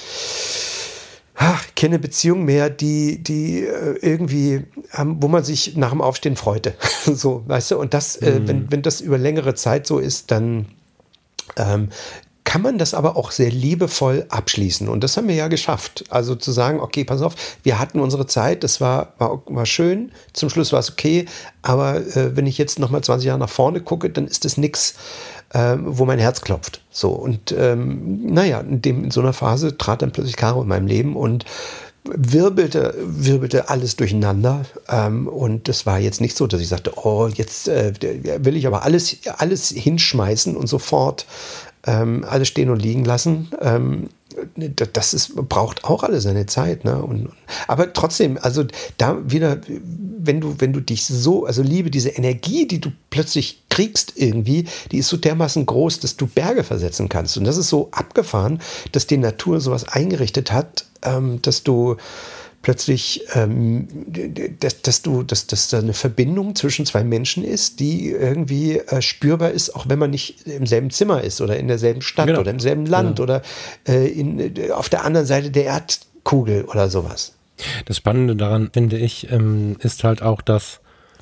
Ach, keine Beziehung mehr, die, die irgendwie, ähm, wo man sich nach dem Aufstehen freute. So, weißt du, und das, mhm. äh, wenn, wenn das über längere Zeit so ist, dann ähm, kann man das aber auch sehr liebevoll abschließen. Und das haben wir ja geschafft. Also zu sagen, okay, pass auf, wir hatten unsere Zeit, das war, war, war schön, zum Schluss war es okay, aber äh, wenn ich jetzt nochmal zwanzig Jahre nach vorne gucke, dann ist das nichts, Ähm, wo mein Herz klopft. So, und ähm, naja, in, dem, in so einer Phase trat dann plötzlich Caro in meinem Leben und wirbelte, wirbelte alles durcheinander. Ähm, und das war jetzt nicht so, dass ich sagte, oh, jetzt äh, will ich aber alles, alles hinschmeißen und sofort ähm, alles stehen und liegen lassen. Ähm, das ist, braucht auch alle seine Zeit, ne? Und, aber trotzdem, also da wieder, wenn du, wenn du dich so, also Liebe, diese Energie, die du plötzlich kriegst irgendwie, die ist so dermaßen groß, dass du Berge versetzen kannst. Und das ist so abgefahren, dass die Natur sowas eingerichtet hat, ähm, dass du plötzlich, ähm, dass, dass du, dass, dass da eine Verbindung zwischen zwei Menschen ist, die irgendwie äh, spürbar ist, auch wenn man nicht im selben Zimmer ist oder in derselben Stadt genau. oder im selben Land genau. oder äh, in, auf der anderen Seite der Erdkugel oder sowas. Das Spannende daran, finde ich, ähm, ist halt auch, dass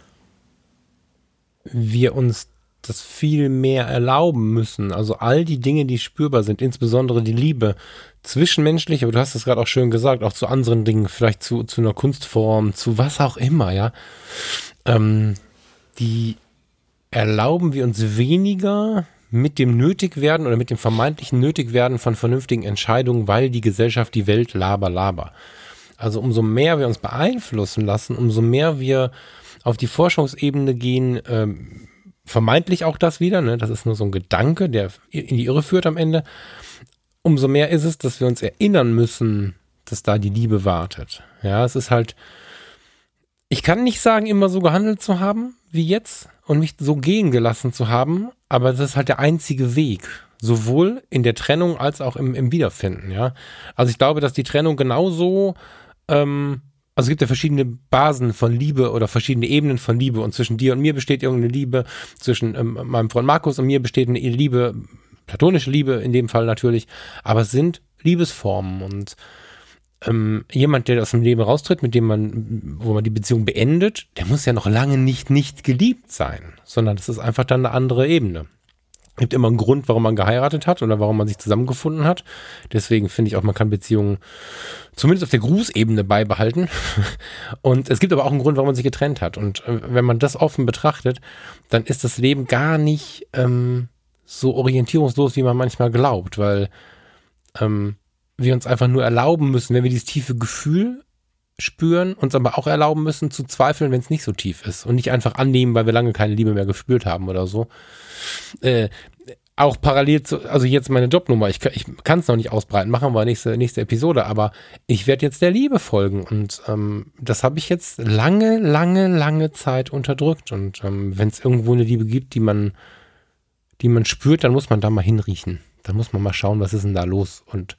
wir uns das viel mehr erlauben müssen. Also all die Dinge, die spürbar sind, insbesondere die Liebe zwischenmenschlich, aber du hast es gerade auch schön gesagt, auch zu anderen Dingen, vielleicht zu, zu einer Kunstform, zu was auch immer, ja. Ähm, die erlauben wir uns weniger mit dem Nötigwerden oder mit dem vermeintlichen Nötigwerden von vernünftigen Entscheidungen, weil die Gesellschaft, die Welt, laber, laber. Also umso mehr wir uns beeinflussen lassen, umso mehr wir auf die Forschungsebene gehen, ähm, vermeintlich auch das wieder, ne? Das ist nur so ein Gedanke, der in die Irre führt am Ende. Umso mehr ist es, dass wir uns erinnern müssen, dass da die Liebe wartet. Ja, es ist halt, ich kann nicht sagen, immer so gehandelt zu haben wie jetzt und mich so gehen gelassen zu haben, aber das ist halt der einzige Weg, sowohl in der Trennung als auch im, im Wiederfinden. Ja, also ich glaube, dass die Trennung genauso ähm, Also es gibt ja verschiedene Basen von Liebe oder verschiedene Ebenen von Liebe und zwischen dir und mir besteht irgendeine Liebe, zwischen ähm, meinem Freund Markus und mir besteht eine Liebe, platonische Liebe in dem Fall natürlich, aber es sind Liebesformen und ähm, jemand, der aus dem Leben raustritt, mit dem man, wo man die Beziehung beendet, der muss ja noch lange nicht nicht geliebt sein, sondern das ist einfach dann eine andere Ebene. Es gibt immer einen Grund, warum man geheiratet hat oder warum man sich zusammengefunden hat. Deswegen finde ich auch, man kann Beziehungen zumindest auf der Grußebene beibehalten. Und es gibt aber auch einen Grund, warum man sich getrennt hat. Und wenn man das offen betrachtet, dann ist das Leben gar nicht ähm, so orientierungslos, wie man manchmal glaubt, weil ähm, wir uns einfach nur erlauben müssen, wenn wir dieses tiefe Gefühl spüren, uns aber auch erlauben müssen zu zweifeln, wenn es nicht so tief ist und nicht einfach annehmen, weil wir lange keine Liebe mehr gespürt haben oder so. Äh, auch parallel zu, also jetzt meine Jobnummer, ich, ich kann es noch nicht ausbreiten, machen wir nächste, nächste Episode, aber ich werde jetzt der Liebe folgen und ähm, das habe ich jetzt lange, lange, lange Zeit unterdrückt und ähm, wenn es irgendwo eine Liebe gibt, die man, die man spürt, dann muss man da mal hinriechen, dann muss man mal schauen, was ist denn da los und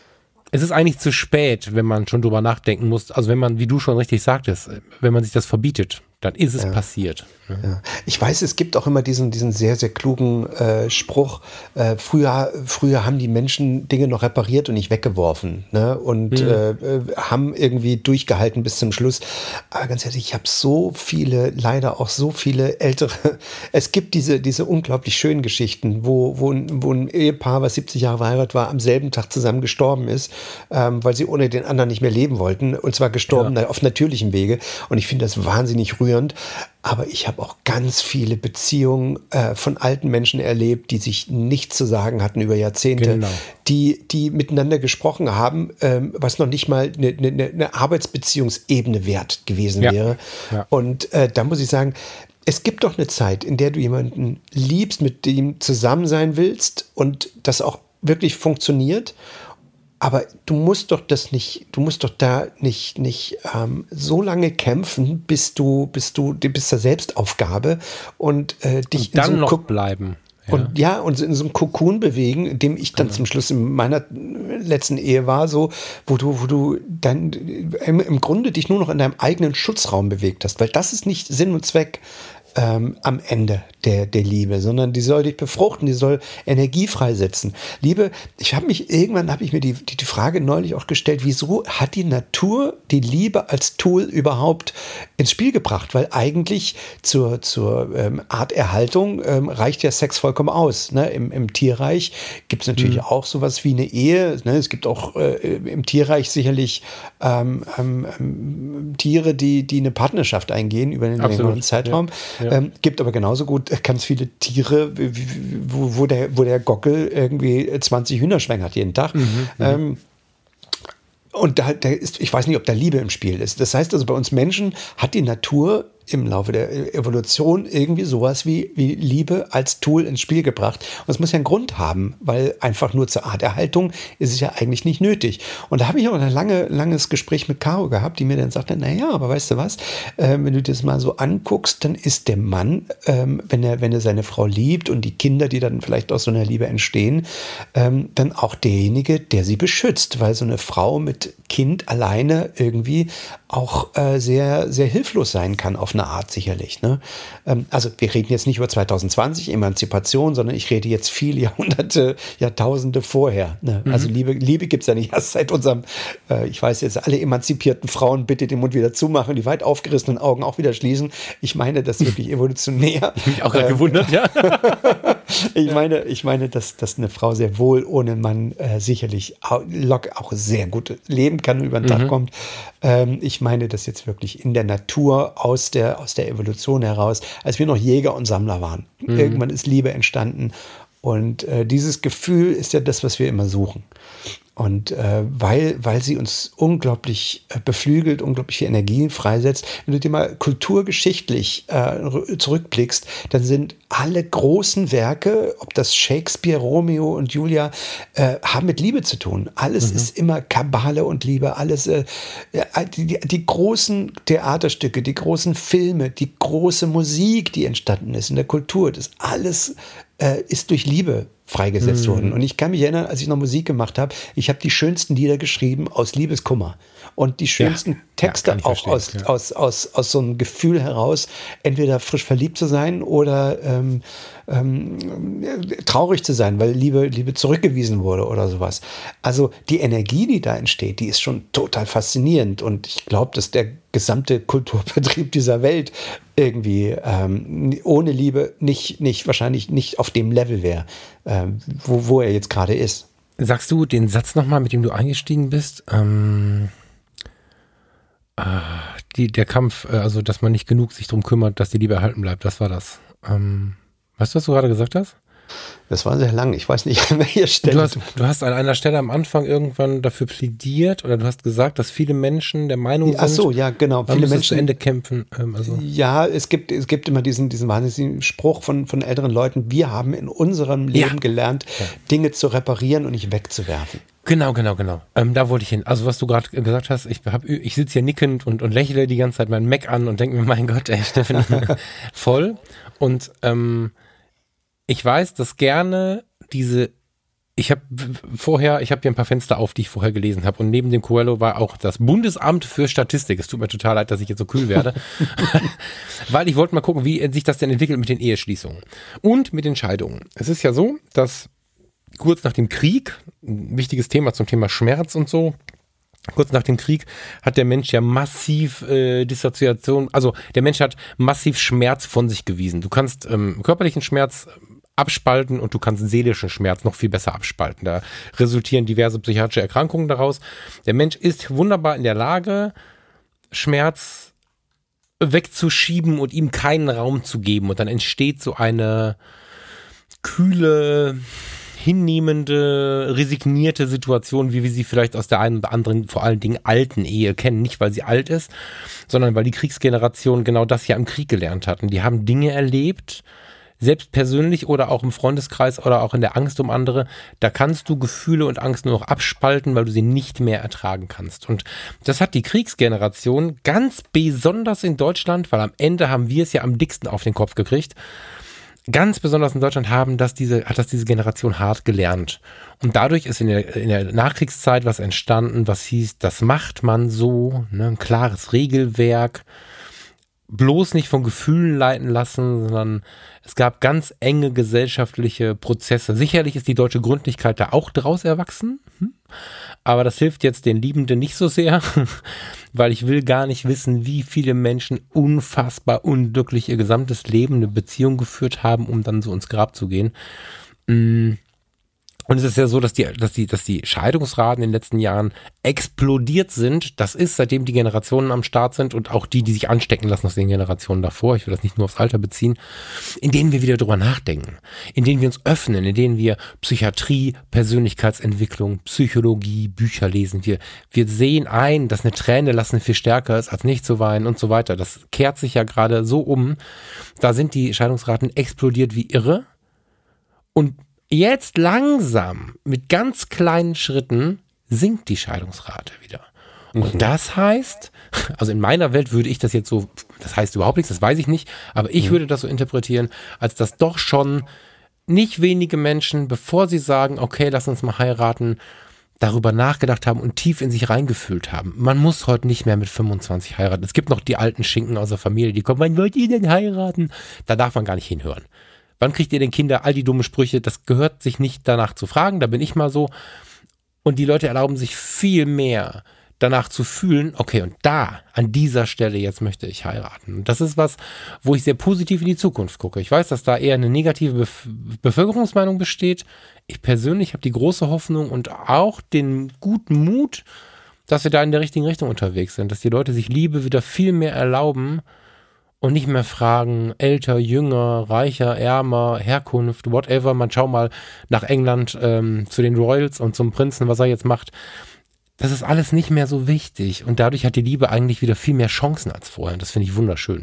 es ist eigentlich zu spät, wenn man schon drüber nachdenken muss, also wenn man, wie du schon richtig sagtest, wenn man sich das verbietet, dann ist es ja. passiert. Ne? Ja. Ich weiß, es gibt auch immer diesen, diesen sehr, sehr klugen äh, Spruch, äh, früher, früher haben die Menschen Dinge noch repariert und nicht weggeworfen, ne? Und mhm. äh, haben irgendwie durchgehalten bis zum Schluss. Aber ganz ehrlich, ich habe so viele, leider auch so viele ältere, es gibt diese, diese unglaublich schönen Geschichten, wo, wo, wo ein Ehepaar, was siebzig Jahre verheiratet war, am selben Tag zusammen gestorben ist, ähm, weil sie ohne den anderen nicht mehr leben wollten. Und zwar gestorben ja. auf natürlichem Wege. Und ich finde das wahnsinnig rührend. Aber ich habe auch ganz viele Beziehungen äh, von alten Menschen erlebt, die sich nichts zu sagen hatten über Jahrzehnte, genau. die, die miteinander gesprochen haben, ähm, was noch nicht mal eine, eine, eine Arbeitsbeziehungsebene wert gewesen ja. wäre. Ja. Und äh, da muss ich sagen, es gibt doch eine Zeit, in der du jemanden liebst, mit dem zusammen sein willst und das auch wirklich funktioniert. Aber du musst doch das nicht, du musst doch da nicht, nicht ähm, so lange kämpfen, bis du, bis du, bis zur Selbstaufgabe und äh, dich und dann in so noch Kok- bleiben. Ja. Und ja, und in so einem Kokon bewegen, in dem ich dann genau. zum Schluss in meiner letzten Ehe war, so, wo du, wo du dann im, im Grunde dich nur noch in deinem eigenen Schutzraum bewegt hast, weil das ist nicht Sinn und Zweck Ähm, am Ende der, der Liebe, sondern die soll dich befruchten, die soll Energie freisetzen. Liebe, ich habe mich, irgendwann habe ich mir die, die, die Frage neulich auch gestellt, wieso hat die Natur die Liebe als Tool überhaupt ins Spiel gebracht? Weil eigentlich zur, zur ähm, Arterhaltung ähm, reicht ja Sex vollkommen aus. Ne? Im, im Tierreich gibt es natürlich mhm. auch sowas wie eine Ehe. Ne? Es gibt auch äh, im Tierreich sicherlich ähm, ähm, Tiere, die, die eine Partnerschaft eingehen über einen Absolut. längeren Zeitraum. Ja. Ja. Ähm, gibt aber genauso gut ganz viele Tiere, wo, wo, der, wo der Gockel irgendwie zwanzig Hühner schwängert jeden Tag. Mhm, ähm, und da, da ist, ich weiß nicht, ob da Liebe im Spiel ist. Das heißt also, bei uns Menschen hat die Natur im Laufe der Evolution irgendwie sowas wie, wie Liebe als Tool ins Spiel gebracht. Und es muss ja einen Grund haben, weil einfach nur zur Arterhaltung ist es ja eigentlich nicht nötig. Und da habe ich auch ein lange, langes Gespräch mit Caro gehabt, die mir dann sagte, naja, aber weißt du was, ähm, wenn du das mal so anguckst, dann ist der Mann, ähm, wenn er, wenn er seine Frau liebt und die Kinder, die dann vielleicht aus so einer Liebe entstehen, ähm, dann auch derjenige, der sie beschützt, weil so eine Frau mit Kind alleine irgendwie auch äh, sehr, sehr hilflos sein kann auf eine Art sicherlich. Ne? Ähm, also wir reden jetzt nicht über zwanzig zwanzig, Emanzipation, sondern ich rede jetzt viele Jahrhunderte, Jahrtausende vorher. Ne? Mhm. Also Liebe, Liebe gibt es ja nicht erst seit unserem, äh, ich weiß jetzt, alle emanzipierten Frauen bitte den Mund wieder zumachen, die weit aufgerissenen Augen auch wieder schließen. Ich meine das wirklich evolutionär. Ich mich auch gerade äh, gewundert, ja. ich meine, ich meine, dass, dass eine Frau sehr wohl ohne Mann äh, sicherlich auch, auch sehr gut leben kann und über den mhm. Tag kommt. Ähm, ich meine das jetzt wirklich in der Natur, aus der, aus der Evolution heraus, als wir noch Jäger und Sammler waren. Mhm. Irgendwann ist Liebe entstanden und äh, dieses Gefühl ist ja das, was wir immer suchen. Und äh, weil, weil sie uns unglaublich äh, beflügelt, unglaubliche Energie freisetzt. Wenn du dir mal kulturgeschichtlich äh, zurückblickst, dann sind alle großen Werke, ob das Shakespeare, Romeo und Julia, äh, haben mit Liebe zu tun. Alles mhm. ist immer Kabale und Liebe. Alles, äh, die, die, die großen Theaterstücke, die großen Filme, die große Musik, die entstanden ist in der Kultur, das alles äh, ist durch Liebe freigesetzt mhm. worden. Und ich kann mich erinnern, als ich noch Musik gemacht habe, ich habe die schönsten Lieder geschrieben aus Liebeskummer. Und die schönsten ja. Texte ja, auch aus, ja. aus, aus, aus so einem Gefühl heraus, entweder frisch verliebt zu sein oder ähm, ähm, traurig zu sein, weil Liebe, Liebe zurückgewiesen wurde oder sowas. Also die Energie, die da entsteht, die ist schon total faszinierend. Und ich glaube, dass der gesamte Kulturbetrieb dieser Welt irgendwie ähm, ohne Liebe nicht, nicht, wahrscheinlich nicht auf dem Level wäre, ähm, wo, wo er jetzt gerade ist. Sagst du den Satz nochmal, mit dem du eingestiegen bist? Ähm, äh, die, der Kampf, äh, also dass man nicht genug sich darum kümmert, dass die Liebe erhalten bleibt, das war das. Ähm, weißt du, was du gerade gesagt hast? Das war sehr lang. Ich weiß nicht, an welcher Stelle. Du hast, du hast an einer Stelle am Anfang irgendwann dafür plädiert oder du hast gesagt, dass viele Menschen der Meinung sind, ach so, ja, genau. Viele Menschen zu Ende kämpfen. Ähm, also. Ja, es gibt, es gibt immer diesen, diesen wahnsinnigen Spruch von, von älteren Leuten, wir haben in unserem Leben ja. gelernt, ja. Dinge zu reparieren und nicht wegzuwerfen. Genau, genau, genau. Ähm, da wollte ich hin. Also was du gerade gesagt hast, ich, hab, ich sitze hier nickend und, und lächle die ganze Zeit meinen Mac an und denke mir, mein Gott, ey, Steffen, voll. Und ähm, ich weiß, dass gerne diese, ich habe vorher, ich habe hier ein paar Fenster auf, die ich vorher gelesen habe und neben dem Coelho war auch das Bundesamt für Statistik. Es tut mir total leid, dass ich jetzt so kühl werde, weil ich wollte mal gucken, wie sich das denn entwickelt mit den Eheschließungen und mit den Scheidungen. Es ist ja so, dass kurz nach dem Krieg, ein wichtiges Thema zum Thema Schmerz und so, kurz nach dem Krieg hat der Mensch ja massiv äh, Dissoziation, also der Mensch hat massiv Schmerz von sich gewiesen. Du kannst ähm, körperlichen Schmerz abspalten und du kannst seelischen Schmerz noch viel besser abspalten. Da resultieren diverse psychiatrische Erkrankungen daraus. Der Mensch ist wunderbar in der Lage, Schmerz wegzuschieben und ihm keinen Raum zu geben. Und dann entsteht so eine kühle, hinnehmende, resignierte Situation, wie wir sie vielleicht aus der einen oder anderen, vor allen Dingen alten Ehe kennen. Nicht, weil sie alt ist, sondern weil die Kriegsgeneration genau das ja im Krieg gelernt hat. Und die haben Dinge erlebt, selbst persönlich oder auch im Freundeskreis oder auch in der Angst um andere, da kannst du Gefühle und Angst nur noch abspalten, weil du sie nicht mehr ertragen kannst. Und das hat die Kriegsgeneration ganz besonders in Deutschland, weil am Ende haben wir es ja am dicksten auf den Kopf gekriegt, ganz besonders in Deutschland haben das diese, hat das diese Generation hart gelernt. Und dadurch ist in der, in der Nachkriegszeit was entstanden, was hieß, das macht man so, ne, ein klares Regelwerk, bloß nicht von Gefühlen leiten lassen, sondern es gab ganz enge gesellschaftliche Prozesse. Sicherlich ist die deutsche Gründlichkeit da auch draus erwachsen, aber das hilft jetzt den Liebenden nicht so sehr, weil ich will gar nicht wissen, wie viele Menschen unfassbar unglücklich ihr gesamtes Leben eine Beziehung geführt haben, um dann so ins Grab zu gehen. Und es ist ja so, dass die, dass die, dass die Scheidungsraten in den letzten Jahren explodiert sind. Das ist, seitdem die Generationen am Start sind und auch die, die sich anstecken lassen aus den Generationen davor. Ich will das nicht nur aufs Alter beziehen, in denen wir wieder drüber nachdenken, in denen wir uns öffnen, in denen wir Psychiatrie, Persönlichkeitsentwicklung, Psychologie, Bücher lesen. Wir, wir sehen ein, dass eine Träne lassen viel stärker ist, als nicht zu weinen und so weiter. Das kehrt sich ja gerade so um. Da sind die Scheidungsraten explodiert wie irre. Und jetzt langsam, mit ganz kleinen Schritten, sinkt die Scheidungsrate wieder. Und mhm. das heißt, also in meiner Welt würde ich das jetzt so, das heißt überhaupt nichts, das weiß ich nicht, aber ich mhm. würde das so interpretieren, als dass doch schon nicht wenige Menschen, bevor sie sagen, okay, lass uns mal heiraten, darüber nachgedacht haben und tief in sich reingefühlt haben. Man muss heute nicht mehr mit fünfundzwanzig heiraten. Es gibt noch die alten Schinken aus der Familie, die kommen, wann wollt ihr denn heiraten? Da darf man gar nicht hinhören. Wann kriegt ihr denn Kinder? All die dummen Sprüche, das gehört sich nicht danach zu fragen, da bin ich mal so. Und die Leute erlauben sich viel mehr danach zu fühlen, okay, und da, an dieser Stelle, jetzt möchte ich heiraten. Und das ist was, wo ich sehr positiv in die Zukunft gucke. Ich weiß, dass da eher eine negative Bef- Bevölkerungsmeinung besteht. Ich persönlich habe die große Hoffnung und auch den guten Mut, dass wir da in der richtigen Richtung unterwegs sind, dass die Leute sich Liebe wieder viel mehr erlauben, und nicht mehr fragen, älter, jünger, reicher, ärmer, Herkunft, whatever. Man schau mal nach England ähm, zu den Royals und zum Prinzen, was er jetzt macht. Das ist alles nicht mehr so wichtig. Und dadurch hat die Liebe eigentlich wieder viel mehr Chancen als vorher. Und das finde ich wunderschön.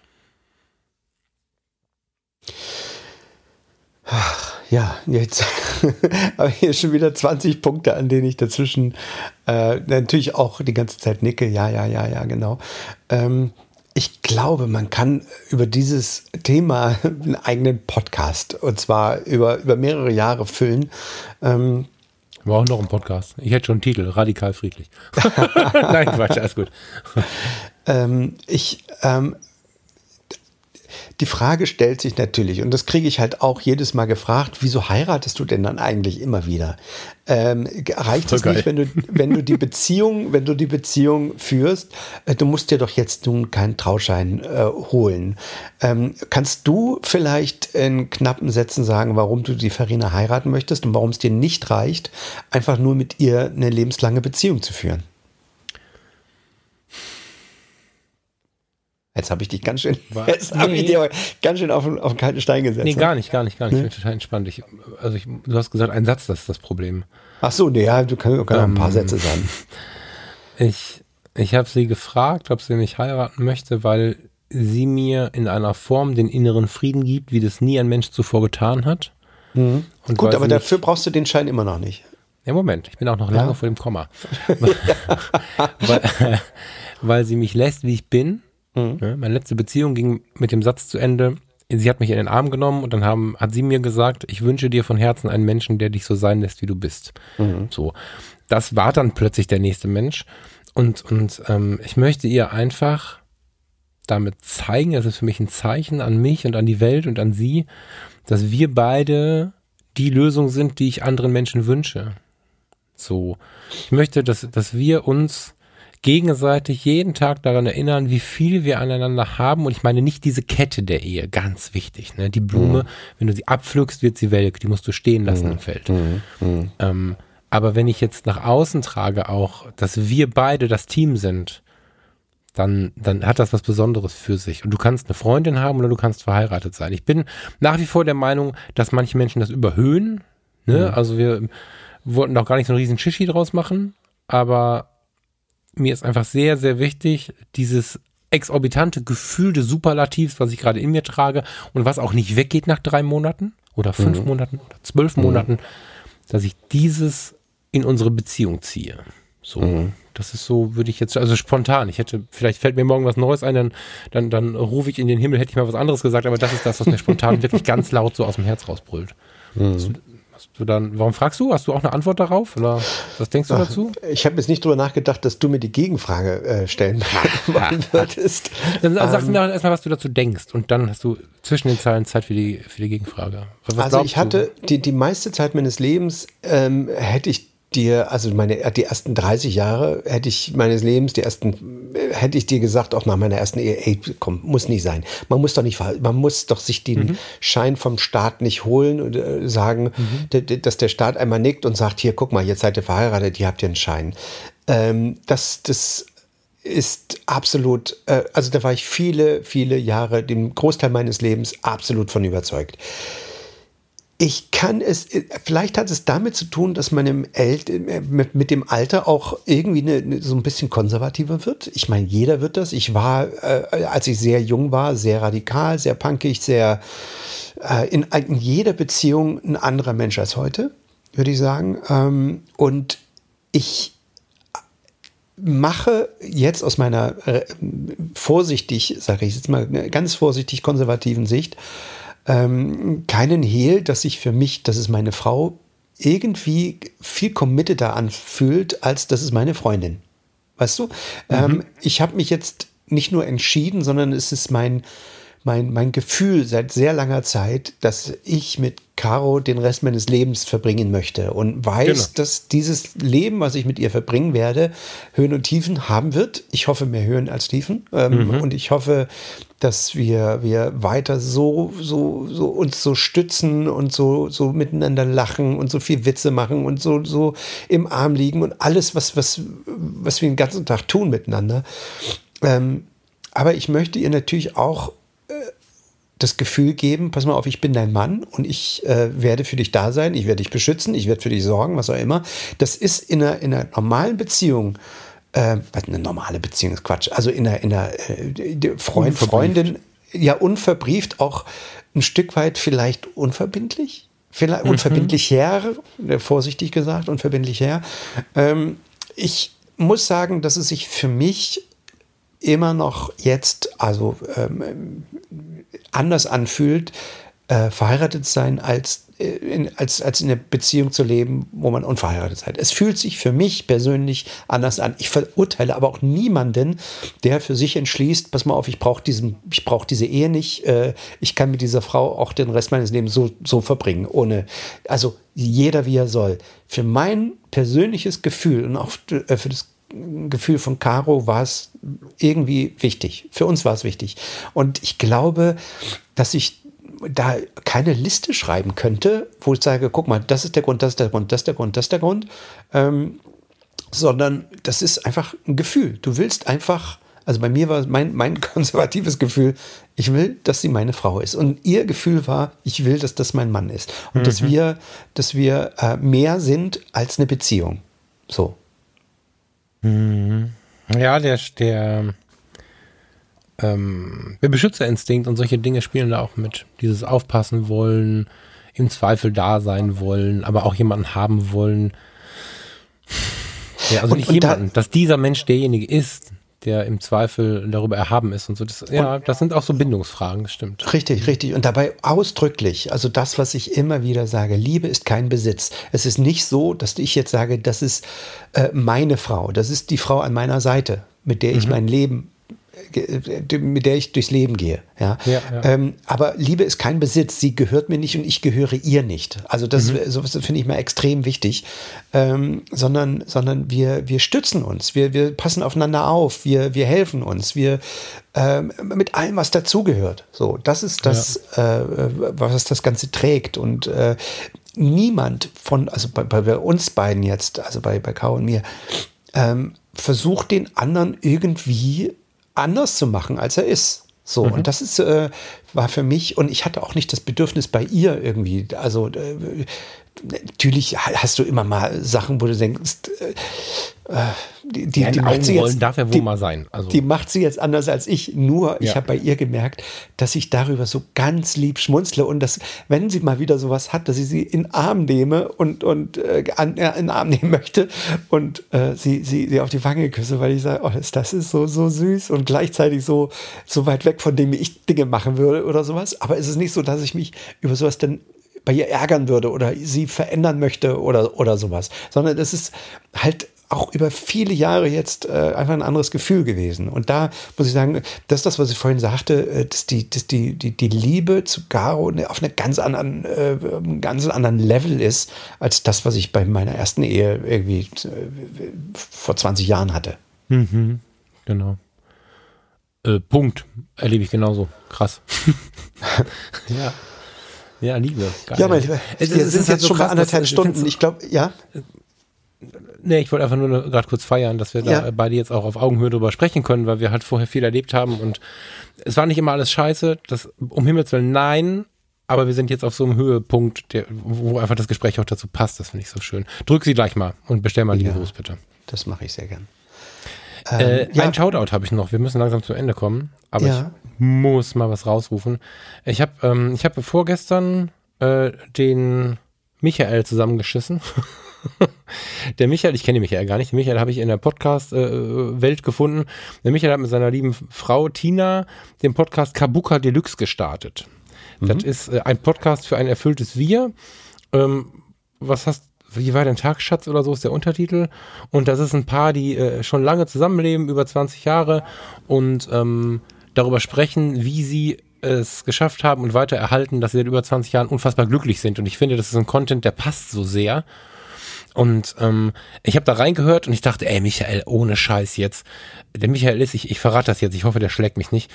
Ach, ja, jetzt habe ich hier schon wieder zwanzig Punkte, an denen ich dazwischen äh, natürlich auch die ganze Zeit nicke. Ja, ja, ja, ja, genau. Ähm, Ich glaube, man kann über dieses Thema einen eigenen Podcast, und zwar über, über mehrere Jahre füllen. Ähm, Wir brauchen noch einen Podcast. Ich hätte schon einen Titel, Radikal Friedlich. Nein, Quatsch, alles gut. ähm, ich, ähm, die Frage stellt sich natürlich, und das kriege ich halt auch jedes Mal gefragt, wieso heiratest du denn dann eigentlich immer wieder? Ähm, reicht es nicht, wenn du, wenn du die Beziehung, wenn du die Beziehung führst, äh, du musst dir doch jetzt nun keinen Trauschein äh, holen. Ähm, kannst du vielleicht in knappen Sätzen sagen, warum du die Verena heiraten möchtest und warum es dir nicht reicht, einfach nur mit ihr eine lebenslange Beziehung zu führen? Jetzt habe ich dich ganz schön, War, jetzt hab nee. ich dich aber ganz schön auf, auf den kalten Stein gesetzt. Nee, ne? gar nicht, gar nicht, gar nicht. Nee? Ich bin total entspannt. Ich, also ich, du hast gesagt, ein Satz, das ist das Problem. Ach so, nee, ja, du kannst kann auch ein paar Ähm, Sätze sagen. Ich, ich habe sie gefragt, ob sie mich heiraten möchte, weil sie mir in einer Form den inneren Frieden gibt, wie das nie ein Mensch zuvor getan hat. Mhm. Und Gut, weil aber sie dafür mich, brauchst du den Schein immer noch nicht. ja, Moment, ich bin auch noch lange Ja. vor dem Komma. weil, weil sie mich lässt, wie ich bin. Mhm. Ja, meine letzte Beziehung ging mit dem Satz zu Ende, sie hat mich in den Arm genommen und dann haben, hat sie mir gesagt, ich wünsche dir von Herzen einen Menschen, der dich so sein lässt, wie du bist. Mhm. So, das war dann plötzlich der nächste Mensch und, und ähm, ich möchte ihr einfach damit zeigen, das ist für mich ein Zeichen an mich und an die Welt und an sie, dass wir beide die Lösung sind, die ich anderen Menschen wünsche. So, ich möchte, dass, dass wir uns gegenseitig jeden Tag daran erinnern, wie viel wir aneinander haben. Und ich meine nicht diese Kette der Ehe, ganz wichtig. Ne? Die Blume, mhm. wenn du sie abpflückst, wird sie welk. Die musst du stehen lassen mhm. im Feld. Mhm. Mhm. Ähm, aber wenn ich jetzt nach außen trage auch, dass wir beide das Team sind, dann, dann hat das was Besonderes für sich. Und du kannst eine Freundin haben oder du kannst verheiratet sein. Ich bin nach wie vor der Meinung, dass manche Menschen das überhöhen. Ne? Mhm. Also wir wollten doch gar nicht so einen riesen Shishi draus machen, aber mir ist einfach sehr, sehr wichtig, dieses exorbitante Gefühl des Superlativs, was ich gerade in mir trage und was auch nicht weggeht nach drei Monaten oder fünf mhm. Monaten oder zwölf mhm. Monaten, dass ich dieses in unsere Beziehung ziehe. So, mhm. das ist so, würde ich jetzt, also spontan, ich hätte, vielleicht fällt mir morgen was Neues ein, dann, dann, dann rufe ich in den Himmel, hätte ich mal was anderes gesagt, aber das ist das, was mir spontan wirklich ganz laut so aus dem Herz rausbrüllt. Mhm. Hast du, hast du dann, warum fragst du? Hast du auch eine Antwort darauf? Oder was denkst du Ach, dazu? Ich habe jetzt nicht drüber nachgedacht, dass du mir die Gegenfrage äh, stellen wollen würdest. Dann ähm, sagst du mir erstmal, was du dazu denkst und dann hast du zwischen den Zeilen Zeit für die, für die Gegenfrage. Was also ich hatte die, die meiste Zeit meines Lebens ähm, hätte ich dir, also meine, die ersten dreißig Jahre hätte ich meines Lebens, die ersten, hätte ich dir gesagt, auch nach meiner ersten Ehe, ey, komm, muss nicht sein. Man muss doch nicht, man muss doch sich den mhm. Schein vom Staat nicht holen und äh, sagen, mhm. dass der Staat einmal nickt und sagt, hier, guck mal, jetzt seid ihr verheiratet, ihr habt ja einen Schein. Ähm, das, das ist absolut, äh, also da war ich viele, viele Jahre, den Großteil meines Lebens absolut von überzeugt. Ich kann es, vielleicht hat es damit zu tun, dass man im El- mit, mit dem Alter auch irgendwie eine, so ein bisschen konservativer wird. Ich meine, jeder wird das. Ich war, äh, als ich sehr jung war, sehr radikal, sehr punkig, sehr äh, in, in jeder Beziehung ein anderer Mensch als heute, würde ich sagen. Ähm, und ich mache jetzt aus meiner äh, vorsichtig, sage ich jetzt mal, ganz vorsichtig konservativen Sicht, Ähm, keinen Hehl, dass sich für mich, dass es meine Frau irgendwie viel committeder anfühlt, als das ist meine Freundin. Weißt du? Mhm. Ähm, ich habe mich jetzt nicht nur entschieden, sondern es ist mein, mein, mein Gefühl seit sehr langer Zeit, dass ich mit Caro den Rest meines Lebens verbringen möchte und weiß, genau. dass dieses Leben, was ich mit ihr verbringen werde, Höhen und Tiefen haben wird. Ich hoffe, mehr Höhen als Tiefen. Ähm, mhm. Und ich hoffe, dass wir, wir weiter so, so, so uns so stützen und so, so miteinander lachen und so viel Witze machen und so, so im Arm liegen und alles, was, was, was wir den ganzen Tag tun miteinander. Ähm, aber ich möchte ihr natürlich auch das Gefühl geben, pass mal auf, ich bin dein Mann und ich äh, werde für dich da sein, ich werde dich beschützen, ich werde für dich sorgen, was auch immer. Das ist in einer, in einer normalen Beziehung, äh, eine normale Beziehung ist Quatsch, also in einer, in einer äh, Freund, Freundin, ja unverbrieft, auch ein Stück weit vielleicht unverbindlich, vielleicht mhm. unverbindlich her, vorsichtig gesagt, unverbindlich her. Ähm, ich muss sagen, dass es sich für mich immer noch jetzt, also ähm, anders anfühlt, äh, verheiratet sein, als, äh, in, als, als in einer Beziehung zu leben, wo man unverheiratet seid. Es fühlt sich für mich persönlich anders an. Ich verurteile aber auch niemanden, der für sich entschließt, pass mal auf, ich brauche diesen, ich brauche diese Ehe nicht, äh, ich kann mit dieser Frau auch den Rest meines Lebens so, so verbringen, ohne, also jeder wie er soll. Für mein persönliches Gefühl und auch äh, für das Gefühl von Caro war es irgendwie wichtig. Für uns war es wichtig. Und ich glaube, dass ich da keine Liste schreiben könnte, wo ich sage, guck mal, das ist der Grund, das ist der Grund, das ist der Grund, das ist der Grund, ähm, sondern das ist einfach ein Gefühl. Du willst einfach Also bei mir war mein, mein konservatives Gefühl, ich will, dass sie meine Frau ist. Und ihr Gefühl war, ich will, dass das mein Mann ist. Und mhm. dass wir, dass wir äh, mehr sind als eine Beziehung. So. Mhm. Ja, der, der, ähm, der Beschützerinstinkt und solche Dinge spielen da auch mit. Dieses Aufpassen wollen, im Zweifel da sein wollen, aber auch jemanden haben wollen. Ja, also und, nicht und jemanden, da, dass dieser Mensch derjenige ist, der im Zweifel darüber erhaben ist und so. Das, ja, das sind auch so Bindungsfragen, das stimmt. Richtig, richtig. Und dabei ausdrücklich, also das, was ich immer wieder sage, Liebe ist kein Besitz. Es ist nicht so, dass ich jetzt sage, das ist äh, meine Frau, das ist die Frau an meiner Seite, mit der ich mhm. mein Leben mit der ich durchs Leben gehe. Ja? Ja, ja. Ähm, aber Liebe ist kein Besitz, sie gehört mir nicht und ich gehöre ihr nicht. Also das, mhm. sowas finde ich mal extrem wichtig. Ähm, sondern, sondern wir, wir stützen uns, wir, wir passen aufeinander auf, wir, wir helfen uns, wir ähm, mit allem, was dazugehört. So, das ist das, ja. äh, was das Ganze trägt. Und äh, niemand von, also bei, bei uns beiden jetzt, also bei, bei Caro und mir, ähm, versucht den anderen irgendwie anders zu machen, als er ist. So, mhm. und das ist, äh, war für mich, und ich hatte auch nicht das Bedürfnis bei ihr irgendwie, also äh, natürlich hast du immer mal Sachen, wo du denkst, äh, die, die, ja, die macht sie jetzt, darf ja wohl die, mal sein. Also. Die macht sie jetzt anders als ich, nur ich ja. habe bei ihr gemerkt, dass ich darüber so ganz lieb schmunzle und dass, wenn sie mal wieder sowas hat, dass ich sie in den Arm nehme und, und äh, an, äh, in den Arm nehmen möchte und äh, sie, sie, sie auf die Wange küsse, weil ich sage, oh, das, das ist so, so süß und gleichzeitig so, so weit weg von dem, wie ich Dinge machen würde oder sowas. Aber es ist nicht so, dass ich mich über sowas dann bei ihr ärgern würde oder sie verändern möchte oder, oder sowas, sondern es ist halt auch über viele Jahre jetzt äh, einfach ein anderes Gefühl gewesen. Und da muss ich sagen, das ist das, was ich vorhin sagte, äh, dass, die, dass die, die, die Liebe zu Caro ne, auf einer ganz anderen, äh, ganz anderen Level ist, als das, was ich bei meiner ersten Ehe irgendwie äh, vor zwanzig Jahren hatte. Mhm, genau. Äh, Punkt. Erlebe ich genauso. Krass. ja. Ja, Liebe. Geil. Ja, mein Lieber, es, wir sind jetzt halt so schon krass, bei anderthalb Stunden. Ich glaube, ja. Nee, ich wollte einfach nur gerade kurz feiern, dass wir da ja. beide jetzt auch auf Augenhöhe drüber sprechen können, weil wir halt vorher viel erlebt haben und es war nicht immer alles scheiße, das um Himmels Willen nein, aber wir sind jetzt auf so einem Höhepunkt, der, wo einfach das Gespräch auch dazu passt, das finde ich so schön. Drück sie gleich mal und bestell mal liebe Gruß, bitte. Das mache ich sehr gern. Ähm, äh, ja. Ein Shoutout habe ich noch, wir müssen langsam zum Ende kommen, aber ja. ich muss mal was rausrufen. Ich habe ähm, ich hab vorgestern äh, den Michael zusammengeschissen. Der Michael, ich kenne den Michael gar nicht, den Michael habe ich in der Podcast-Welt äh, gefunden. Der Michael hat mit seiner lieben Frau Tina den Podcast Kabuka Deluxe gestartet. Mhm. Das ist äh, ein Podcast für ein erfülltes Wir. Ähm, was hast Wie war dein Tag, Schatz, oder so ist der Untertitel. Und das ist ein Paar, die äh, schon lange zusammenleben, über zwanzig Jahre und ähm, darüber sprechen, wie sie es geschafft haben und weiter erhalten, dass sie seit über zwanzig Jahren unfassbar glücklich sind. Und ich finde, das ist ein Content, der passt so sehr. Und ähm, ich habe da reingehört und ich dachte, ey, Michael, ohne Scheiß jetzt. Der Michael ist, ich, ich verrate das jetzt, ich hoffe, der schlägt mich nicht.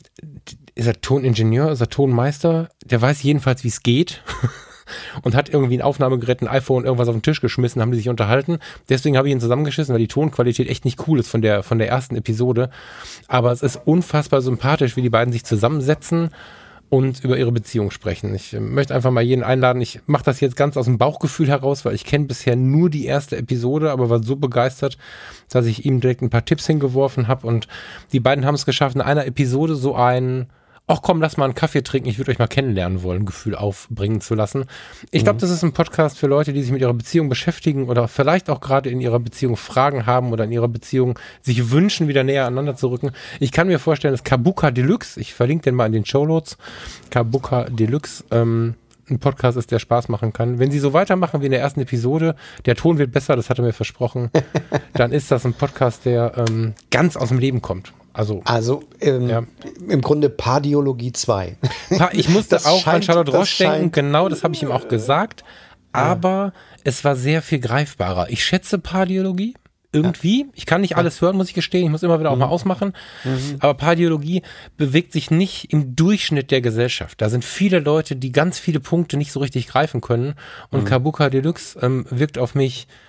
Ist er Toningenieur, ist er Tonmeister? Der weiß jedenfalls, wie es geht. Und hat irgendwie ein Aufnahmegerät, ein iPhone, irgendwas auf den Tisch geschmissen, haben die sich unterhalten. Deswegen habe ich ihn zusammengeschissen, weil die Tonqualität echt nicht cool ist von der, von der ersten Episode. Aber es ist unfassbar sympathisch, wie die beiden sich zusammensetzen und über ihre Beziehung sprechen. Ich möchte einfach mal jeden einladen. Ich mache das jetzt ganz aus dem Bauchgefühl heraus, weil ich kenne bisher nur die erste Episode, aber war so begeistert, dass ich ihm direkt ein paar Tipps hingeworfen habe. Und die beiden haben es geschafft, in einer Episode so ein ach komm, lass mal einen Kaffee trinken, ich würde euch mal kennenlernen wollen, Gefühl aufbringen zu lassen. Ich glaube, das ist ein Podcast für Leute, die sich mit ihrer Beziehung beschäftigen oder vielleicht auch gerade in ihrer Beziehung Fragen haben oder in ihrer Beziehung sich wünschen, wieder näher aneinander zu rücken. Ich kann mir vorstellen, dass Kabuka Deluxe, ich verlinke den mal in den Shownotes, Kabuka Deluxe, ähm, ein Podcast ist, der Spaß machen kann. Wenn sie so weitermachen wie in der ersten Episode, der Ton wird besser, das hat er mir versprochen, dann ist das ein Podcast, der ähm, ganz aus dem Leben kommt. Also, also ähm, ja. im Grunde Pardiologie zwei. Ich musste das auch scheint, an Charlotte Roche denken, genau, das habe ich ihm auch gesagt. Aber ja. es war sehr viel greifbarer. Ich schätze Pardiologie irgendwie. Ja. Ich kann nicht alles hören, muss ich gestehen. Ich muss immer wieder auch mhm. mal ausmachen. Mhm. Aber Pardiologie bewegt sich nicht im Durchschnitt der Gesellschaft. Da sind viele Leute, die ganz viele Punkte nicht so richtig greifen können. Und mhm. Kabuka Deluxe ähm, wirkt auf mich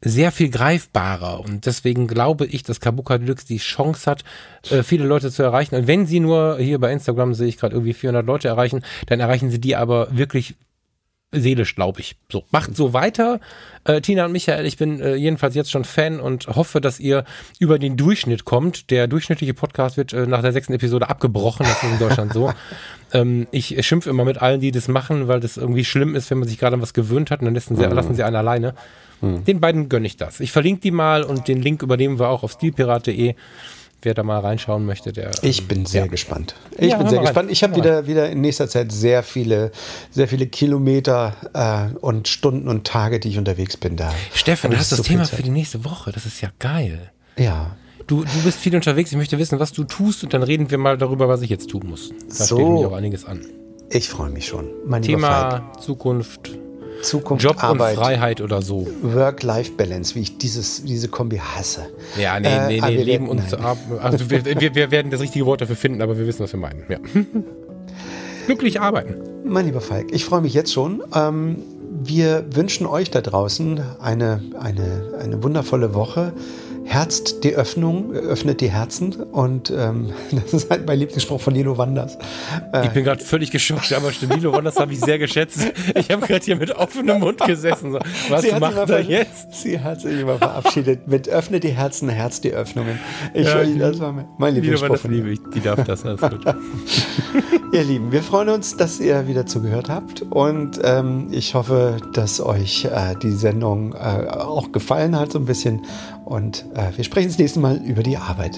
sehr viel greifbarer und deswegen glaube ich, dass Kabuka Deluxe die Chance hat, äh, viele Leute zu erreichen. Und wenn sie nur hier bei Instagram, sehe ich gerade irgendwie vierhundert Leute erreichen, dann erreichen sie die aber wirklich seelisch, glaube ich. So, macht so weiter. Äh, Tina und Michael, ich bin äh, jedenfalls jetzt schon Fan und hoffe, dass ihr über den Durchschnitt kommt. Der durchschnittliche Podcast wird äh, nach der sechsten Episode abgebrochen. Das ist in Deutschland so. ähm, ich schimpfe immer mit allen, die das machen, weil das irgendwie schlimm ist, wenn man sich gerade an was gewöhnt hat und dann lassen sie, mhm. lassen sie einen alleine. Mhm. Den beiden gönne ich das. Ich verlinke die mal und den Link übernehmen wir auch auf stilpirat punkt de. Wer da mal reinschauen möchte, der... Ich bin sehr ja. gespannt. Ich ja, bin sehr gespannt. Ich habe wieder, wieder in nächster Zeit sehr viele, sehr viele Kilometer äh, und Stunden und Tage, die ich unterwegs bin da. Steffen, du hast das so Thema für die nächste Woche. Das ist ja geil. Ja. Du, du bist viel unterwegs. Ich möchte wissen, was du tust und dann reden wir mal darüber, was ich jetzt tun muss. Da so. steht nämlich auch einiges an. Ich freue mich schon. Mein Thema Zukunft... Zukunft, Job Arbeit, und Freiheit oder so. Work-Life-Balance, wie ich dieses, diese Kombi hasse. Ja, nee, nee, äh, nee, Leben und Arbeiten. Also wir, wir, wir werden das richtige Wort dafür finden, aber wir wissen, was wir meinen. Ja. Glücklich arbeiten. Mein lieber Falk, ich freue mich jetzt schon. Ähm, wir wünschen euch da draußen eine, eine, eine wundervolle Woche. Herzt die Öffnung, öffnet die Herzen und ähm, das ist halt mein Lieblingsspruch von Lilo Wanders. Äh, ich bin gerade völlig geschockt, aber stimmt, Lilo Wanders habe ich sehr geschätzt. Ich habe gerade hier mit offenem Mund gesessen. So, was sie macht er jetzt? Sie hat sich immer verabschiedet mit öffnet die Herzen, Herz die Öffnungen. Ich, ja, das war mein Lieblingsspruch von liebe ich. Die darf das, alles gut. Ihr Lieben, wir freuen uns, dass ihr wieder zugehört habt und ähm, ich hoffe, dass euch äh, die Sendung äh, auch gefallen hat so ein bisschen und äh, wir sprechen das nächste Mal über die Arbeit.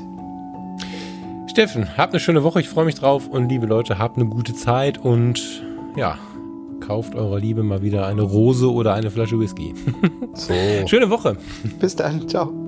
Steffen, habt eine schöne Woche, ich freue mich drauf und liebe Leute, habt eine gute Zeit und ja, kauft eurer Liebe mal wieder eine Rose oder eine Flasche Whisky. So. Schöne Woche. Bis dann, ciao.